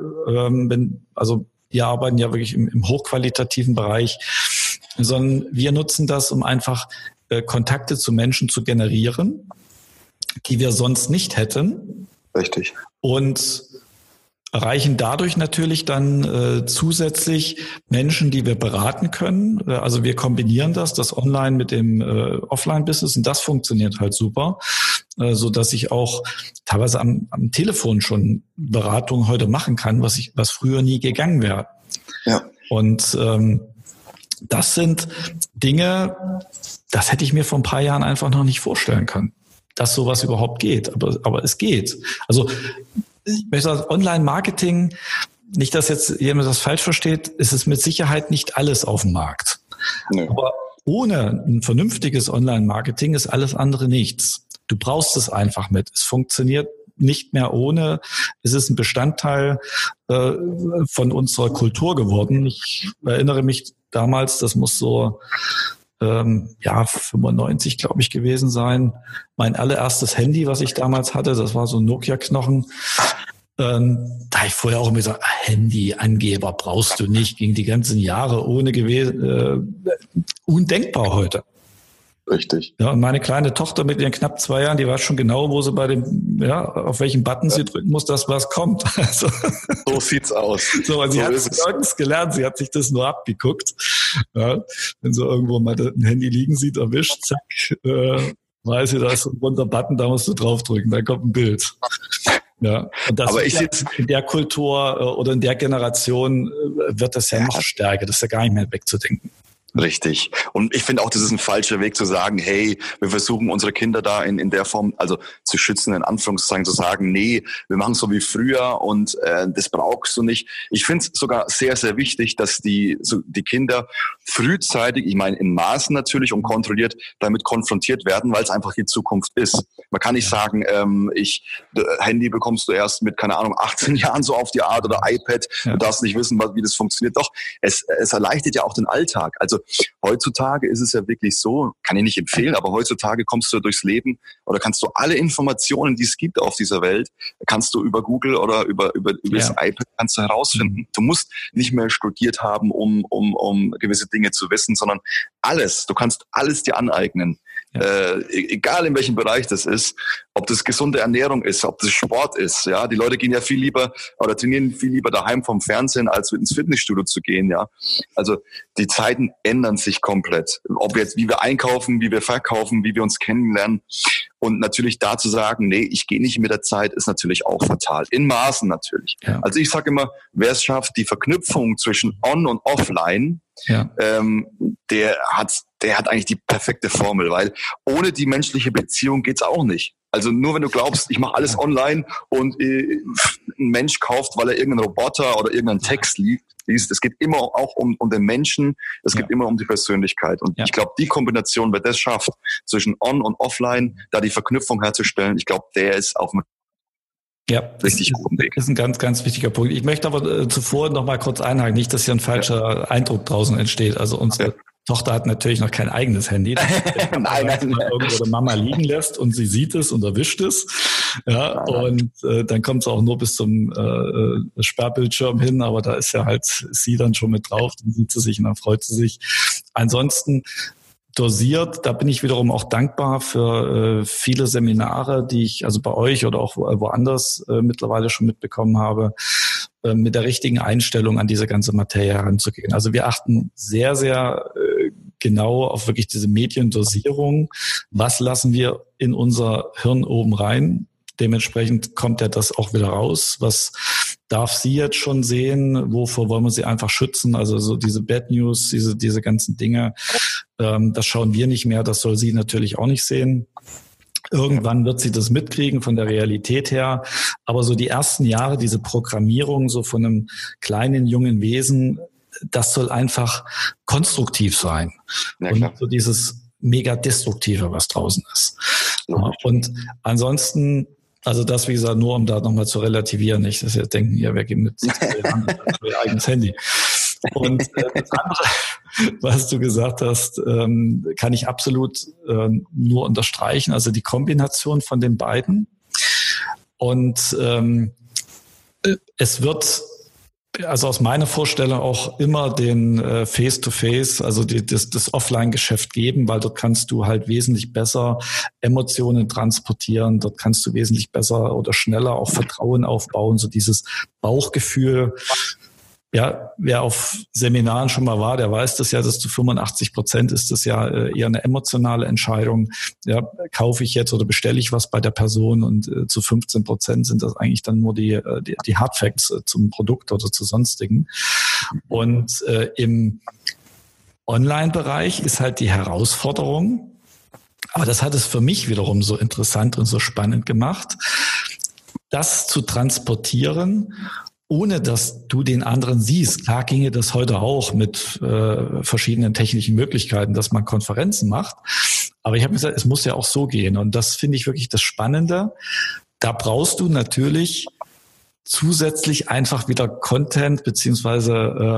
wir arbeiten ja wirklich im hochqualitativen Bereich, sondern wir nutzen das, um einfach Kontakte zu Menschen zu generieren, die wir sonst nicht hätten. Richtig. Und erreichen dadurch natürlich dann zusätzlich Menschen, die wir beraten können. Also wir kombinieren das Online mit dem Offline-Business und das funktioniert halt super, so dass ich auch teilweise am Telefon schon Beratung heute machen kann, was früher nie gegangen wäre. Ja. Und das sind Dinge, das hätte ich mir vor ein paar Jahren einfach noch nicht vorstellen können, dass sowas überhaupt geht. Aber es geht. Also ich möchte sagen, Online-Marketing, nicht, dass jetzt jemand das falsch versteht, ist es mit Sicherheit nicht alles auf dem Markt. Nee. Aber ohne ein vernünftiges Online-Marketing ist alles andere nichts. Du brauchst es einfach mit. Es funktioniert nicht mehr ohne. Es ist ein Bestandteil von unserer Kultur geworden. Ich erinnere mich damals, das muss so 95, glaube ich, gewesen sein. Mein allererstes Handy, was ich damals hatte, das war so ein Nokia-Knochen. Da habe ich vorher auch immer gesagt, Handy-Angeber brauchst du nicht. Ging die ganzen Jahre ohne gewesen. Undenkbar heute. Richtig. Ja, und meine kleine Tochter mit ihren knapp 2 Jahren, die weiß schon genau, wo sie bei dem, auf welchen Button sie drücken muss, dass was kommt. Also, so sieht's aus. So, und sie hat es nirgends gelernt, sie hat sich das nur abgeguckt. Ja, wenn sie irgendwo mal ein Handy liegen sieht, erwischt, zack, weiß sie, da ist ein runder Button, da musst du draufdrücken, da kommt ein Bild. Ja, und das aber in der Kultur oder in der Generation wird das ja noch stärker, das ist ja gar nicht mehr wegzudenken. Richtig. Und ich finde auch, das ist ein falscher Weg zu sagen, hey, wir versuchen unsere Kinder da in der Form, also zu schützen, in Anführungszeichen, zu sagen, nee, wir machen so wie früher und das brauchst du nicht. Ich finde es sogar sehr, sehr wichtig, dass die Kinder frühzeitig, ich meine in Maßen natürlich und kontrolliert, damit konfrontiert werden, weil es einfach die Zukunft ist. Man kann nicht sagen, Handy bekommst du erst mit, keine Ahnung, 18 Jahren so auf die Art oder iPad, du darfst nicht wissen, wie das funktioniert. Doch, es erleichtert ja auch den Alltag. Also heutzutage ist es ja wirklich so, kann ich nicht empfehlen, aber heutzutage kommst du durchs Leben oder kannst du alle Informationen, die es gibt auf dieser Welt, kannst du über Google oder über das iPad kannst du herausfinden. Du musst nicht mehr studiert haben, um gewisse Dinge zu wissen, sondern alles. Du kannst alles dir aneignen. Egal in welchem Bereich das ist, ob das gesunde Ernährung ist, ob das Sport ist, ja, die Leute gehen ja viel lieber oder trainieren viel lieber daheim vom Fernsehen, als ins Fitnessstudio zu gehen, ja. Also die Zeiten ändern sich komplett. Ob jetzt, wie wir einkaufen, wie wir verkaufen, wie wir uns kennenlernen. Und natürlich da zu sagen, nee, ich gehe nicht mit der Zeit, ist natürlich auch fatal. In Maßen natürlich. Ja. Also ich sage immer, wer es schafft, die Verknüpfung zwischen On und Offline, der hat eigentlich die perfekte Formel, weil ohne die menschliche Beziehung geht's auch nicht. Also nur wenn du glaubst, ich mache alles online und ein Mensch kauft, weil er irgendeinen Roboter oder irgendeinen Text liest. Es geht immer auch um den Menschen, es geht immer um die Persönlichkeit. Und ich glaube, die Kombination, wer das schafft, zwischen On und Offline, da die Verknüpfung herzustellen, ich glaube, der ist auf einem richtig guten Weg. Das ist ein ganz, ganz wichtiger Punkt. Ich möchte aber zuvor noch mal kurz einhaken, nicht, dass hier ein falscher Eindruck draußen entsteht. Also unsere Tochter hat natürlich noch kein eigenes Handy. Nein. Irgendwo der Mama liegen lässt und sie sieht es und erwischt es. Ja, und dann kommt es auch nur bis zum Sperrbildschirm hin, aber da ist ja halt sie dann schon mit drauf, dann sieht sie sich und dann freut sie sich. Ansonsten dosiert, da bin ich wiederum auch dankbar für viele Seminare, die ich also bei euch oder auch woanders mittlerweile schon mitbekommen habe, mit der richtigen Einstellung an diese ganze Materie heranzugehen. Also wir achten sehr, sehr genau auf wirklich diese Mediendosierung. Was lassen wir in unser Hirn oben rein? Dementsprechend kommt ja das auch wieder raus. Was darf sie jetzt schon sehen? Wovor wollen wir sie einfach schützen? Also so diese Bad News, diese ganzen Dinge, das schauen wir nicht mehr. Das soll sie natürlich auch nicht sehen. Irgendwann wird sie das mitkriegen von der Realität her. Aber so die ersten Jahre, diese Programmierung so von einem kleinen, jungen Wesen, das soll einfach konstruktiv sein. Ja, und nicht so dieses mega Destruktive, was draußen ist. Ja. Und ansonsten, also das, wie gesagt, nur um da nochmal zu relativieren, nicht, dass wir denken, ja, wir gehen mit ihr eigenes Handy. Und das andere, was du gesagt hast, kann ich absolut nur unterstreichen. Also die Kombination von den beiden. Und es wird also aus meiner Vorstellung auch immer den Face-to-Face, also das Offline-Geschäft geben, weil dort kannst du halt wesentlich besser Emotionen transportieren, dort kannst du wesentlich besser oder schneller auch Vertrauen aufbauen, so dieses Bauchgefühl. Ja, wer auf Seminaren schon mal war, der weiß das ja, dass zu 85% ist das ja eher eine emotionale Entscheidung. Ja, kaufe ich jetzt oder bestelle ich was bei der Person und zu 15% sind das eigentlich dann nur die Hardfacts zum Produkt oder zu sonstigen. Und im Online-Bereich ist halt die Herausforderung, aber das hat es für mich wiederum so interessant und so spannend gemacht, das zu transportieren, ohne dass du den anderen siehst. Klar ginge das heute auch mit verschiedenen technischen Möglichkeiten, dass man Konferenzen macht. Aber ich habe gesagt, es muss ja auch so gehen. Und das finde ich wirklich das Spannende. Da brauchst du natürlich zusätzlich einfach wieder Content beziehungsweise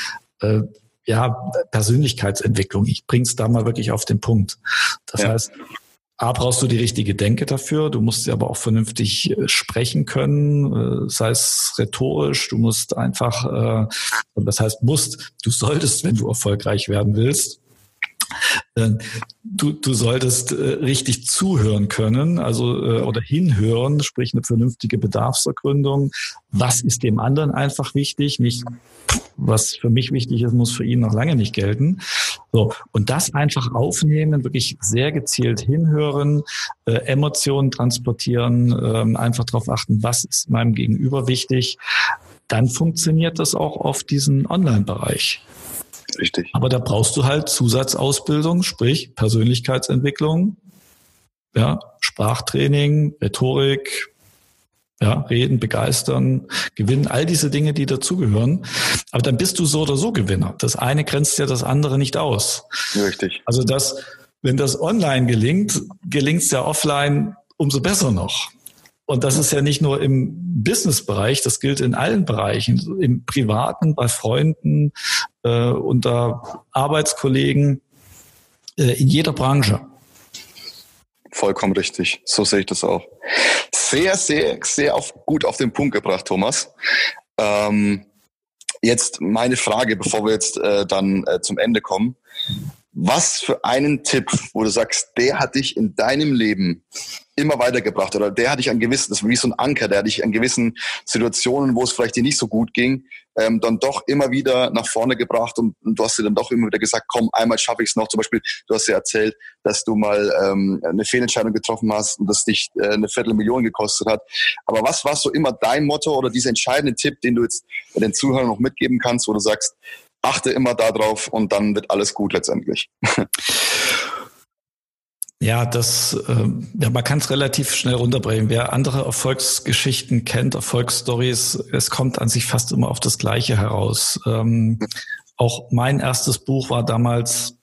Persönlichkeitsentwicklung. Ich bring's da mal wirklich auf den Punkt. Das heißt, brauchst du die richtige Denke dafür, du musst aber auch vernünftig sprechen können, sei es rhetorisch, du musst einfach, das heißt du solltest, wenn du erfolgreich werden willst, Du solltest richtig zuhören können, also oder hinhören, sprich eine vernünftige Bedarfsergründung. Was ist dem anderen einfach wichtig? Nicht, was für mich wichtig ist, muss für ihn noch lange nicht gelten. So, und das einfach aufnehmen, wirklich sehr gezielt hinhören, Emotionen transportieren, einfach darauf achten, was ist meinem Gegenüber wichtig. Dann funktioniert das auch auf diesen Online-Bereich. Richtig. Aber da brauchst du halt Zusatzausbildung, sprich Persönlichkeitsentwicklung, ja, Sprachtraining, Rhetorik, ja, reden, begeistern, gewinnen, all diese Dinge, die dazugehören. Aber dann bist du so oder so Gewinner. Das eine grenzt ja das andere nicht aus. Richtig. Also wenn das online gelingt, gelingt es ja offline umso besser noch. Und das ist ja nicht nur im Business-Bereich, das gilt in allen Bereichen, im Privaten, bei Freunden, unter Arbeitskollegen, in jeder Branche. Vollkommen richtig. So sehe ich das auch. Sehr, sehr, sehr gut auf den Punkt gebracht, Thomas. Jetzt meine Frage, bevor wir jetzt dann zum Ende kommen. Was für einen Tipp, wo du sagst, der hat dich in deinem Leben immer weitergebracht oder der hat dich an gewissen, das ist wie so ein Anker, der hat dich an gewissen Situationen, wo es vielleicht dir nicht so gut ging, dann doch immer wieder nach vorne gebracht und du hast dir dann doch immer wieder gesagt, komm, einmal schaffe ich es noch. Zum Beispiel, du hast ja erzählt, dass du mal eine Fehlentscheidung getroffen hast und das dich eine Viertelmillion gekostet hat. Aber was war so immer dein Motto oder dieser entscheidende Tipp, den du jetzt den Zuhörern noch mitgeben kannst, wo du sagst, achte immer darauf und dann wird alles gut letztendlich. Ja, man kann es relativ schnell runterbrechen. Wer andere Erfolgsgeschichten kennt, Erfolgsstories, es kommt an sich fast immer auf das Gleiche heraus. Auch mein erstes Buch war damals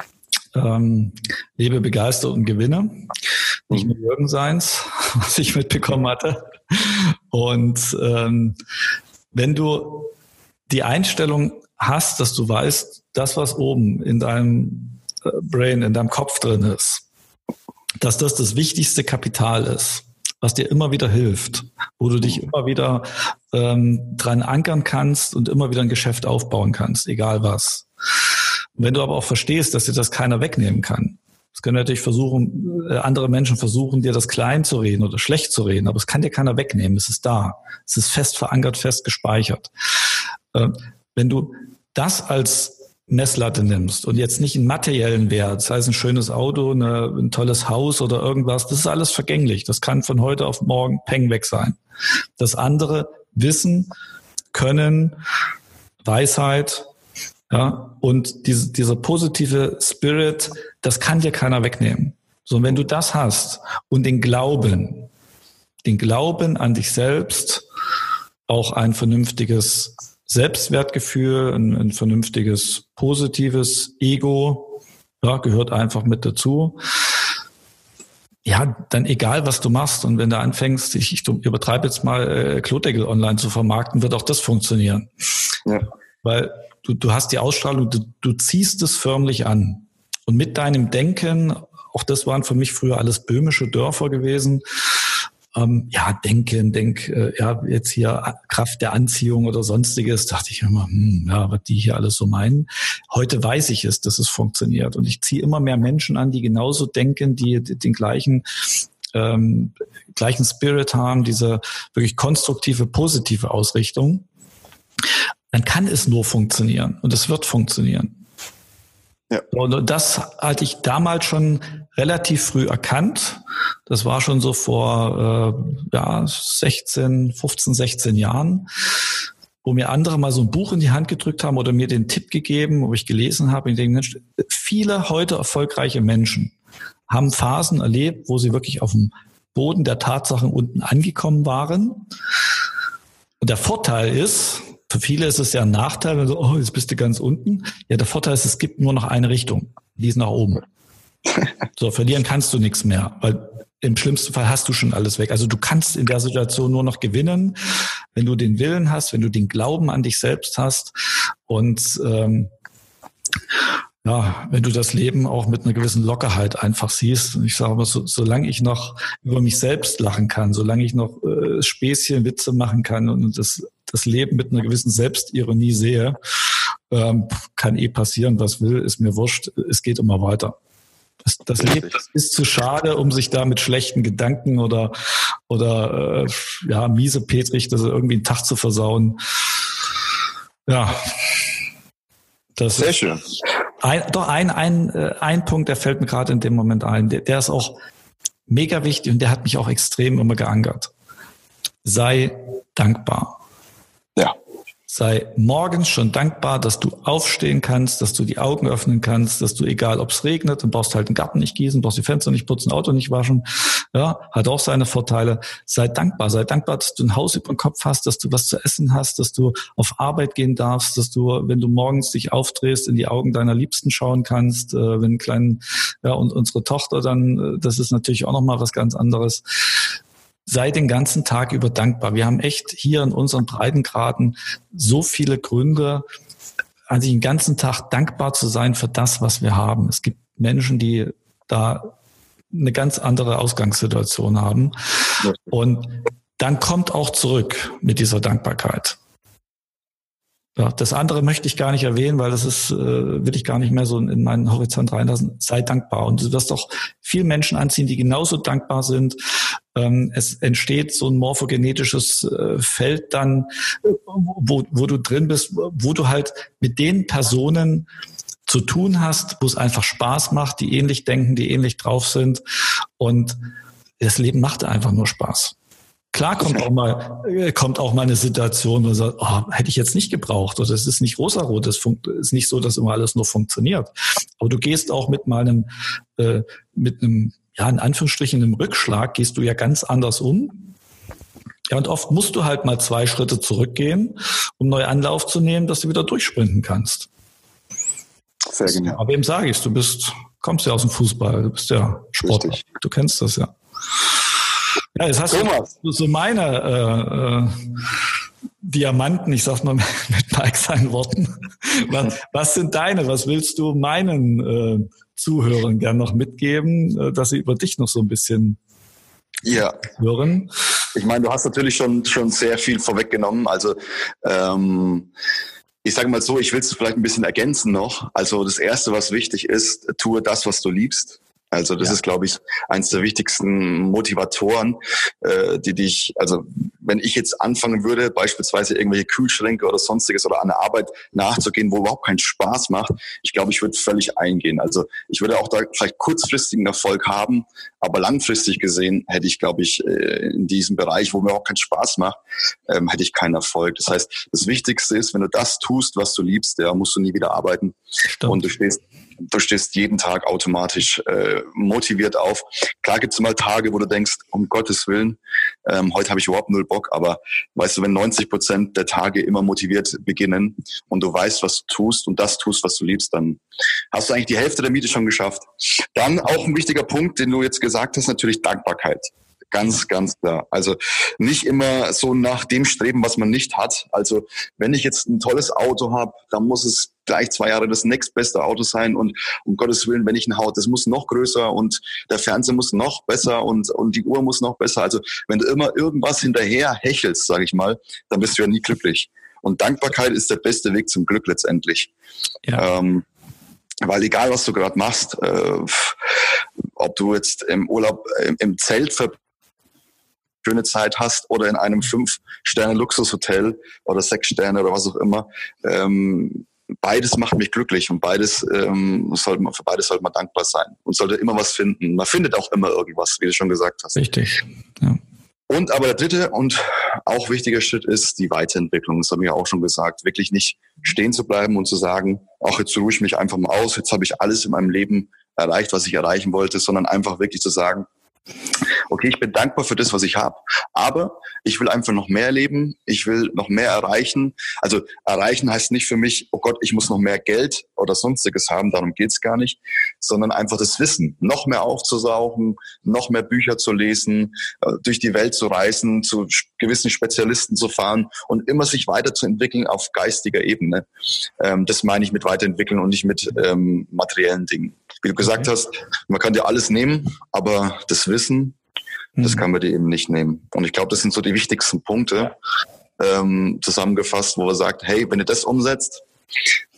Lebe begeistert und gewinne. Nicht nur Jürgen seins, was ich mitbekommen hatte. Und wenn du die Einstellung hast, dass du weißt, das, was oben in deinem Brain, in deinem Kopf drin ist, dass das wichtigste Kapital ist, was dir immer wieder hilft, wo du dich immer wieder dran ankern kannst und immer wieder ein Geschäft aufbauen kannst, egal was. Und wenn du aber auch verstehst, dass dir das keiner wegnehmen kann, es können natürlich andere Menschen versuchen, dir das klein zu reden oder schlecht zu reden, aber es kann dir keiner wegnehmen, es ist da, es ist fest verankert, fest gespeichert. Wenn du das als Messlatte nimmst und jetzt nicht einen materiellen Wert, das heißt ein schönes Auto, ein tolles Haus oder irgendwas, das ist alles vergänglich. Das kann von heute auf morgen peng weg sein. Das andere, Wissen, Können, Weisheit, ja, und dieser positive Spirit, das kann dir keiner wegnehmen. So, und wenn du das hast und den Glauben an dich selbst, auch ein vernünftiges Selbstwertgefühl, ein vernünftiges, positives Ego, ja, gehört einfach mit dazu. Ja, dann egal, was du machst. Und wenn du anfängst, ich übertreibe jetzt mal, Klodeckel online zu vermarkten, wird auch das funktionieren. Ja. Weil du hast die Ausstrahlung, du ziehst es förmlich an. Und mit deinem Denken, auch das waren für mich früher alles böhmische Dörfer gewesen, jetzt hier Kraft der Anziehung oder sonstiges, dachte ich immer, was die hier alles so meinen. Heute weiß ich es, dass es funktioniert. Und ich ziehe immer mehr Menschen an, die genauso denken, die den gleichen Spirit haben, diese wirklich konstruktive, positive Ausrichtung. Dann kann es nur funktionieren und es wird funktionieren. Ja. Und das hatte ich damals schon relativ früh erkannt. Das war schon so vor 15, 16 Jahren, wo mir andere mal so ein Buch in die Hand gedrückt haben oder mir den Tipp gegeben, wo ich gelesen habe. Ich denke, Mensch, viele heute erfolgreiche Menschen haben Phasen erlebt, wo sie wirklich auf dem Boden der Tatsachen unten angekommen waren. Und der Vorteil ist, für viele ist es ja ein Nachteil, wenn du, jetzt bist du ganz unten. Ja, der Vorteil ist, es gibt nur noch eine Richtung, die ist nach oben. So, verlieren kannst du nichts mehr, weil im schlimmsten Fall hast du schon alles weg. Also du kannst in der Situation nur noch gewinnen, wenn du den Willen hast, wenn du den Glauben an dich selbst hast und wenn du das Leben auch mit einer gewissen Lockerheit einfach siehst. Und ich sage mal, solange ich noch über mich selbst lachen kann, solange ich noch Späßchen, Witze machen kann und das Leben mit einer gewissen Selbstironie sehe, kann passieren, was will, ist mir wurscht, es geht immer weiter. Das Leben ist zu schade, um sich da mit schlechten Gedanken oder miesepetrig, das irgendwie einen Tag zu versauen. Ja. Das sehr schön. Ein Punkt, der fällt mir gerade in dem Moment ein, der ist auch mega wichtig und der hat mich auch extrem immer geankert. Sei dankbar. Ja. Sei morgens schon dankbar, dass du aufstehen kannst, dass du die Augen öffnen kannst, dass du, egal ob es regnet, dann brauchst du halt den Garten nicht gießen, brauchst die Fenster nicht putzen, Auto nicht waschen. Ja, hat auch seine Vorteile. Sei dankbar, dass du ein Haus über dem Kopf hast, dass du was zu essen hast, dass du auf Arbeit gehen darfst, dass du, wenn du morgens dich aufdrehst, in die Augen deiner Liebsten schauen kannst, und unsere Tochter dann, das ist natürlich auch nochmal was ganz anderes. Sei den ganzen Tag über dankbar. Wir haben echt hier in unseren Breitengraden so viele Gründe, eigentlich den ganzen Tag dankbar zu sein für das, was wir haben. Es gibt Menschen, die da eine ganz andere Ausgangssituation haben. Und dann kommt auch zurück mit dieser Dankbarkeit. Ja, das andere möchte ich gar nicht erwähnen, weil das ist, will ich gar nicht mehr so in meinen Horizont reinlassen. Sei dankbar. Und du wirst auch viele Menschen anziehen, die genauso dankbar sind. Es entsteht so ein morphogenetisches Feld dann, wo du drin bist, wo du halt mit den Personen zu tun hast, wo es einfach Spaß macht, die ähnlich denken, die ähnlich drauf sind. Und das Leben macht einfach nur Spaß. Klar kommt auch mal eine Situation, wo man sagt, hätte ich jetzt nicht gebraucht, oder es ist nicht rosarot, es ist nicht so, dass immer alles nur funktioniert. Aber du gehst auch mit einem in Anführungsstrichen einem Rückschlag, gehst du ja ganz anders um. Ja, und oft musst du halt mal 2 Schritte zurückgehen, um neu Anlauf zu nehmen, dass du wieder durchsprinten kannst. Sehr genau. Aber wem sage ich, kommst ja aus dem Fußball, du bist ja Sportler, du kennst das ja. Ja, jetzt hast du so meine Diamanten, ich sag's mal mit Mike seinen Worten. Was sind deine? Was willst du meinen Zuhörern gern noch mitgeben, dass sie über dich noch so ein bisschen hören? Ich meine, du hast natürlich schon sehr viel vorweggenommen. Also ich sage mal so, ich will es vielleicht ein bisschen ergänzen noch. Also das Erste, was wichtig ist, tue das, was du liebst. Also das ist, glaube ich, eins der wichtigsten Motivatoren, die dich, also wenn ich jetzt anfangen würde, beispielsweise irgendwelche Kühlschränke oder sonstiges oder an der Arbeit nachzugehen, wo überhaupt keinen Spaß macht, ich glaube, ich würde völlig eingehen. Also ich würde auch da vielleicht kurzfristigen Erfolg haben, aber langfristig gesehen hätte ich, glaube ich, in diesem Bereich, wo mir auch keinen Spaß macht, hätte ich keinen Erfolg. Das heißt, das Wichtigste ist, wenn du das tust, was du liebst, musst du nie wieder arbeiten. Stimmt. Und du stehst jeden Tag automatisch motiviert auf. Klar gibt es mal Tage, wo du denkst, um Gottes Willen, heute habe ich überhaupt null Bock, aber weißt du, wenn 90% der Tage immer motiviert beginnen und du weißt, was du tust und das tust, was du liebst, dann hast du eigentlich die Hälfte der Miete schon geschafft. Dann auch ein wichtiger Punkt, den du jetzt gesagt hast, natürlich Dankbarkeit. Ganz, ganz klar. Also nicht immer so nach dem streben, was man nicht hat. Also wenn ich jetzt ein tolles Auto habe, dann muss es gleich 2 Jahre das nächstbeste Auto sein und um Gottes Willen, wenn ich ein Haus, das muss noch größer und der Fernseher muss noch besser und die Uhr muss noch besser. Also wenn du immer irgendwas hinterher hechelst, sage ich mal, dann bist du ja nie glücklich. Und Dankbarkeit ist der beste Weg zum Glück letztendlich. Ja. Weil egal, was du gerade machst, ob du jetzt im Urlaub im Zelt schöne Zeit hast oder in einem 5-Sterne-Luxushotel oder 6 Sterne oder was auch immer. Beides macht mich glücklich und für beides sollte man dankbar sein und sollte immer was finden. Man findet auch immer irgendwas, wie du schon gesagt hast. Richtig, ja. Und aber der dritte und auch wichtiger Schritt ist die Weiterentwicklung. Das haben wir auch schon gesagt. Wirklich nicht stehen zu bleiben und zu sagen, ach, jetzt ruhe ich mich einfach mal aus, jetzt habe ich alles in meinem Leben erreicht, was ich erreichen wollte, sondern einfach wirklich zu sagen, okay, ich bin dankbar für das, was ich habe, aber ich will einfach noch mehr erleben, ich will noch mehr erreichen. Also erreichen heißt nicht für mich, oh Gott, ich muss noch mehr Geld oder sonstiges haben, darum geht's gar nicht, sondern einfach das Wissen, noch mehr aufzusaugen, noch mehr Bücher zu lesen, durch die Welt zu reisen, zu gewissen Spezialisten zu fahren und immer sich weiterzuentwickeln auf geistiger Ebene. Das meine ich mit weiterentwickeln und nicht mit materiellen Dingen. Wie du gesagt hast, man kann dir alles nehmen, aber das Wissen, das kann man dir eben nicht nehmen. Und ich glaube, das sind so die wichtigsten Punkte zusammengefasst, wo man sagt, hey, wenn ihr das umsetzt,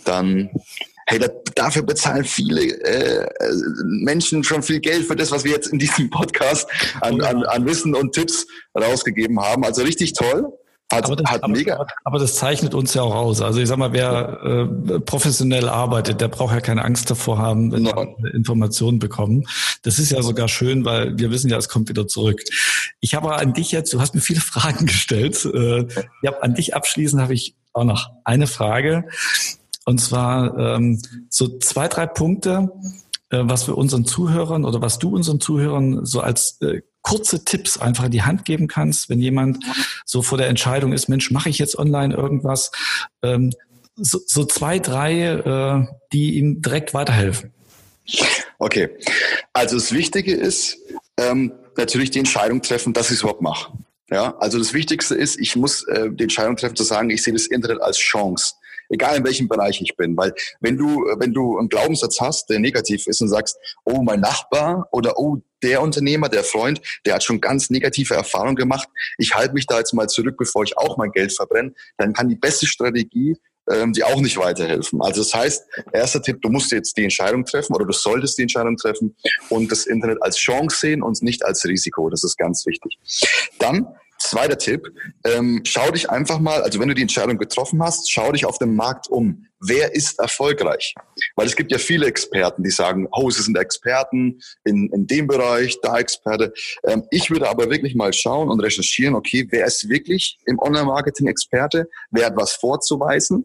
dann, hey, dafür bezahlen viele Menschen schon viel Geld für das, was wir jetzt in diesem Podcast an Wissen und Tipps rausgegeben haben. Also richtig toll. Aber das zeichnet uns ja auch aus. Also ich sag mal, wer professionell arbeitet, der braucht ja keine Angst davor haben, wenn wir Informationen bekommen. Das ist ja sogar schön, weil wir wissen ja, es kommt wieder zurück. Ich habe an dich jetzt, du hast mir viele Fragen gestellt. An dich abschließend habe ich auch noch eine Frage. Und zwar so 2, 3 Punkte, was wir unseren Zuhörern oder was du unseren Zuhörern so als kurze Tipps einfach in die Hand geben kannst, wenn jemand so vor der Entscheidung ist, Mensch, mache ich jetzt online irgendwas? So 2, 3, die ihm direkt weiterhelfen. Okay, also das Wichtige ist natürlich die Entscheidung treffen, dass ich es überhaupt mache. Ja, also das Wichtigste ist, ich muss die Entscheidung treffen zu sagen, ich sehe das Internet als Chance. Egal in welchem Bereich ich bin, weil wenn du einen Glaubenssatz hast, der negativ ist und sagst, oh, mein Nachbar oder oh, der Unternehmer, der Freund, der hat schon ganz negative Erfahrungen gemacht, ich halte mich da jetzt mal zurück, bevor ich auch mein Geld verbrenne, dann kann die beste Strategie dir auch nicht weiterhelfen. Also das heißt, erster Tipp, du musst jetzt die Entscheidung treffen oder du solltest die Entscheidung treffen und das Internet als Chance sehen und nicht als Risiko. Das ist ganz wichtig. Dann zweiter Tipp, schau dich einfach mal, also wenn du die Entscheidung getroffen hast, schau dich auf dem Markt um. Wer ist erfolgreich? Weil es gibt ja viele Experten, die sagen, oh, sie sind Experten in dem Bereich, da Experte. Ich würde aber wirklich mal schauen und recherchieren, okay, wer ist wirklich im Online-Marketing Experte? Wer hat was vorzuweisen?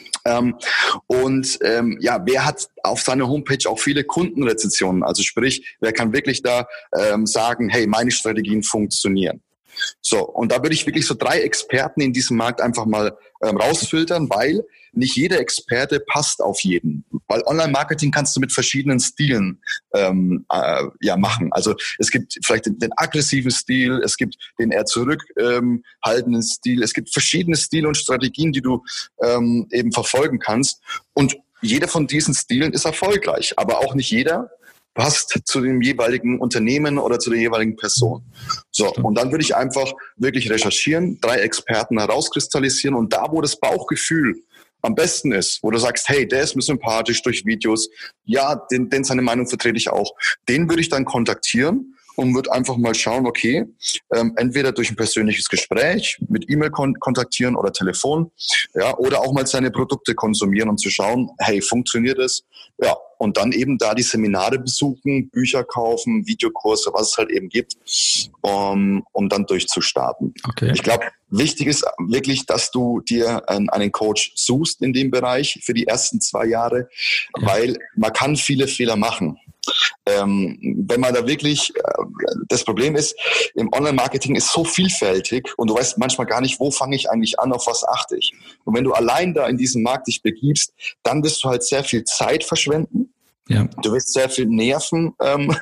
Wer hat auf seiner Homepage auch viele Kundenrezensionen? Also sprich, wer kann wirklich da sagen, hey, meine Strategien funktionieren? So, und da würde ich wirklich so 3 Experten in diesem Markt einfach mal rausfiltern, weil nicht jeder Experte passt auf jeden. Weil Online-Marketing kannst du mit verschiedenen Stilen machen. Also es gibt vielleicht den aggressiven Stil, es gibt den eher zurückhaltenden Stil, es gibt verschiedene Stile und Strategien, die du eben verfolgen kannst. Und jeder von diesen Stilen ist erfolgreich, aber auch nicht jeder passt zu dem jeweiligen Unternehmen oder zu der jeweiligen Person. So, und dann würde ich einfach wirklich recherchieren, 3 Experten herauskristallisieren und da, wo das Bauchgefühl am besten ist, wo du sagst, hey, der ist mir sympathisch durch Videos, ja, den seine Meinung vertrete ich auch, den würde ich dann kontaktieren und würde einfach mal schauen, okay, entweder durch ein persönliches Gespräch, mit E-Mail kontaktieren oder Telefon, ja, oder auch mal seine Produkte konsumieren und zu schauen, hey, funktioniert es? Ja, und dann eben da die Seminare besuchen, Bücher kaufen, Videokurse, was es halt eben gibt, um dann durchzustarten. Okay. Ich glaube, wichtig ist wirklich, dass du dir einen Coach suchst in dem Bereich für die ersten 2 Jahre, weil man kann viele Fehler machen. Wenn man da wirklich, das Problem ist, im Online-Marketing ist so vielfältig und du weißt manchmal gar nicht, wo fange ich eigentlich an, auf was achte ich. Und wenn du allein da in diesen Markt dich begibst, dann wirst du halt sehr viel Zeit verschwenden. Ja. Du wirst sehr viel Nerven,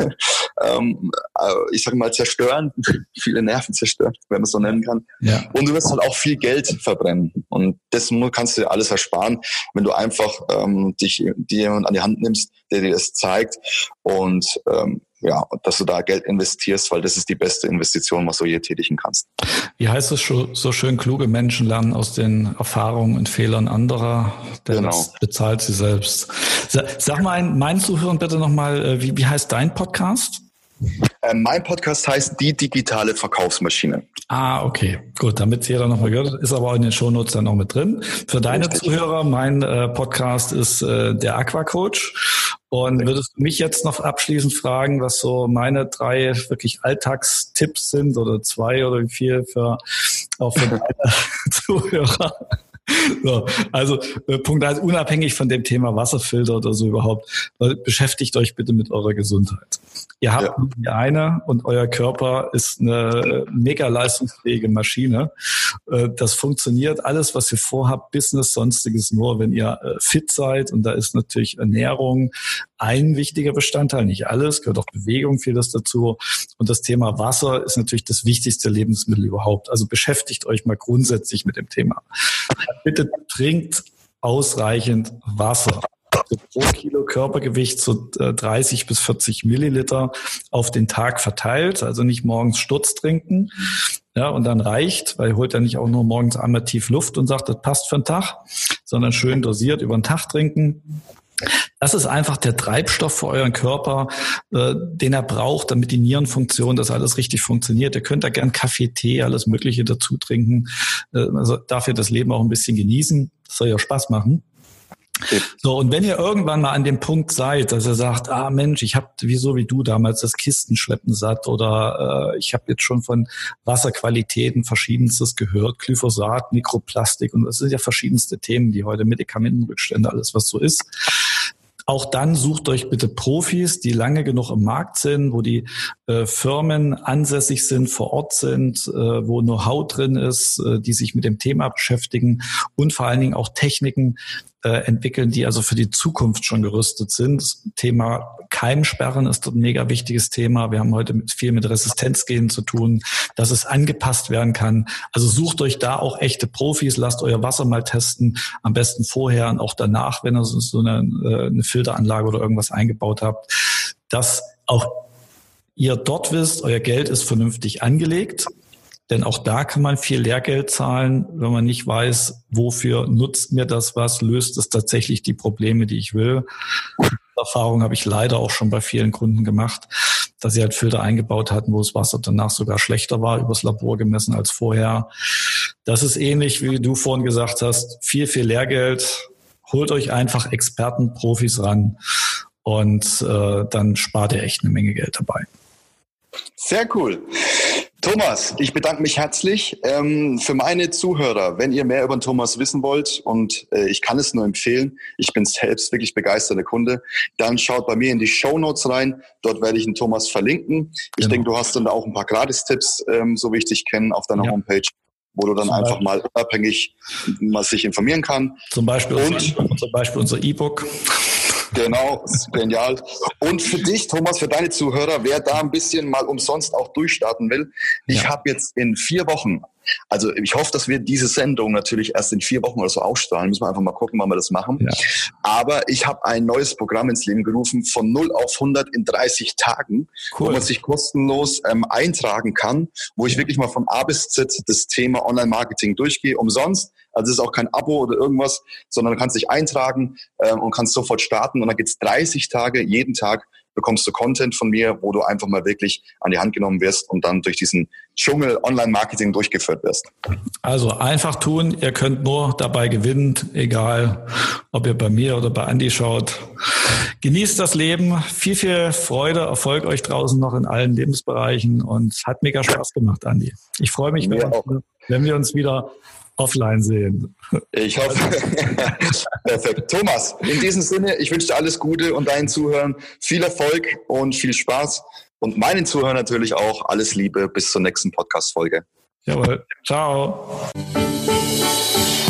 ich sage mal, zerstören, viele Nerven zerstören, wenn man es so nennen kann. Ja. Und du wirst halt auch viel Geld verbrennen. Und das kannst du dir alles ersparen, wenn du einfach dir jemand an die Hand nimmst, der dir das zeigt und dass du da Geld investierst, weil das ist die beste Investition, was du je tätigen kannst. Wie heißt es so schön, kluge Menschen lernen aus den Erfahrungen und Fehlern anderer, der das bezahlt sie selbst. Sag mal meinen Zuhörern bitte nochmal, wie heißt dein Podcast? Mein Podcast heißt Die digitale Verkaufsmaschine. Ah, okay. Gut, damit jeder nochmal gehört, ist aber auch in den Shownotes dann noch mit drin. Für deine Zuhörer, mein Podcast ist der Aquacoach. Und würdest du mich jetzt noch abschließend fragen, was so meine 3 wirklich Alltagstipps sind oder 2 oder wie viel auch für deine Zuhörer? So, also Punkt 1, unabhängig von dem Thema Wasserfilter oder so überhaupt, beschäftigt euch bitte mit eurer Gesundheit. Ihr habt nur die eine und euer Körper ist eine mega leistungsfähige Maschine. Das funktioniert alles, was ihr vorhabt, Business, Sonstiges nur, wenn ihr fit seid. Und da ist natürlich Ernährung ein wichtiger Bestandteil, nicht alles, gehört auch Bewegung, vieles dazu. Und das Thema Wasser ist natürlich das wichtigste Lebensmittel überhaupt. Also beschäftigt euch mal grundsätzlich mit dem Thema. Bitte trinkt ausreichend Wasser. Also pro Kilo Körpergewicht so 30 bis 40 Milliliter auf den Tag verteilt, also nicht morgens Sturz trinken. Ja, und dann reicht, weil ihr holt ja nicht auch nur morgens einmal tief Luft und sagt, das passt für den Tag, sondern schön dosiert über den Tag trinken. Das ist einfach der Treibstoff für euren Körper, den er braucht, damit die Nierenfunktion, das alles richtig funktioniert. Ihr könnt da gern Kaffee, Tee, alles Mögliche dazu trinken. Also darf ihr das Leben auch ein bisschen genießen. Das soll ja Spaß machen. So, und wenn ihr irgendwann mal an dem Punkt seid, dass ihr sagt, Mensch, ich habe so wie du damals das Kistenschleppen satt oder ich habe jetzt schon von Wasserqualitäten verschiedenstes gehört, Glyphosat, Mikroplastik und das sind ja verschiedenste Themen, die heute Medikamentenrückstände, alles was so ist. Auch dann sucht euch bitte Profis, die lange genug im Markt sind, wo die Firmen ansässig sind, vor Ort sind, wo Know-how drin ist, die sich mit dem Thema beschäftigen und vor allen Dingen auch Techniken entwickeln, die also für die Zukunft schon gerüstet sind. Das Thema Keimsperren ist ein mega wichtiges Thema. Wir haben heute viel mit Resistenzgenen zu tun, dass es angepasst werden kann. Also sucht euch da auch echte Profis, lasst euer Wasser mal testen, am besten vorher und auch danach, wenn ihr so eine Filteranlage oder irgendwas eingebaut habt, dass auch ihr dort wisst, euer Geld ist vernünftig angelegt. Denn auch da kann man viel Lehrgeld zahlen, wenn man nicht weiß, wofür nutzt mir das was, löst es tatsächlich die Probleme, die ich will. Die Erfahrung habe ich leider auch schon bei vielen Kunden gemacht, dass sie halt Filter eingebaut hatten, wo das Wasser danach sogar schlechter war, übers Labor gemessen als vorher. Das ist ähnlich, wie du vorhin gesagt hast, viel Lehrgeld. Holt euch einfach Experten, Profis ran und dann spart ihr echt eine Menge Geld dabei. Sehr cool. Thomas, ich bedanke mich herzlich. Für meine Zuhörer, wenn ihr mehr über den Thomas wissen wollt, und ich kann es nur empfehlen, ich bin selbst wirklich begeisterter Kunde, dann schaut bei mir in die Shownotes rein. Dort werde ich den Thomas verlinken. Ich denke, du hast dann auch ein paar Gratistipps, so wie ich dich kenne, auf deiner Homepage, wo du dann einfach mal unabhängig mal sich informieren kann. Zum Beispiel unser E-Book. Genau, genial. Und für dich, Thomas, für deine Zuhörer, wer da ein bisschen mal umsonst auch durchstarten will, ich habe jetzt in 4 Wochen, also ich hoffe, dass wir diese Sendung natürlich erst in 4 Wochen oder so ausstrahlen, müssen wir einfach mal gucken, wann wir das machen. Ja. Aber ich habe ein neues Programm ins Leben gerufen, von 0 auf 100 in 30 Tagen, wo man sich kostenlos eintragen kann, wo ich wirklich mal von A bis Z das Thema Online-Marketing durchgehe, umsonst. Also es ist auch kein Abo oder irgendwas, sondern du kannst dich eintragen und kannst sofort starten. Und dann geht's 30 Tage, jeden Tag bekommst du Content von mir, wo du einfach mal wirklich an die Hand genommen wirst und dann durch diesen Dschungel Online-Marketing durchgeführt wirst. Also einfach tun, ihr könnt nur dabei gewinnen, egal ob ihr bei mir oder bei Andi schaut. Genießt das Leben, viel Freude, Erfolg euch draußen noch in allen Lebensbereichen und hat mega Spaß gemacht, Andi. Ich freue mich, wenn wir uns wieder offline sehen. Ich hoffe. Perfekt. Thomas, in diesem Sinne, ich wünsche dir alles Gute und deinen Zuhörern viel Erfolg und viel Spaß. Und meinen Zuhörern natürlich auch alles Liebe bis zur nächsten Podcast-Folge. Jawohl. Ciao.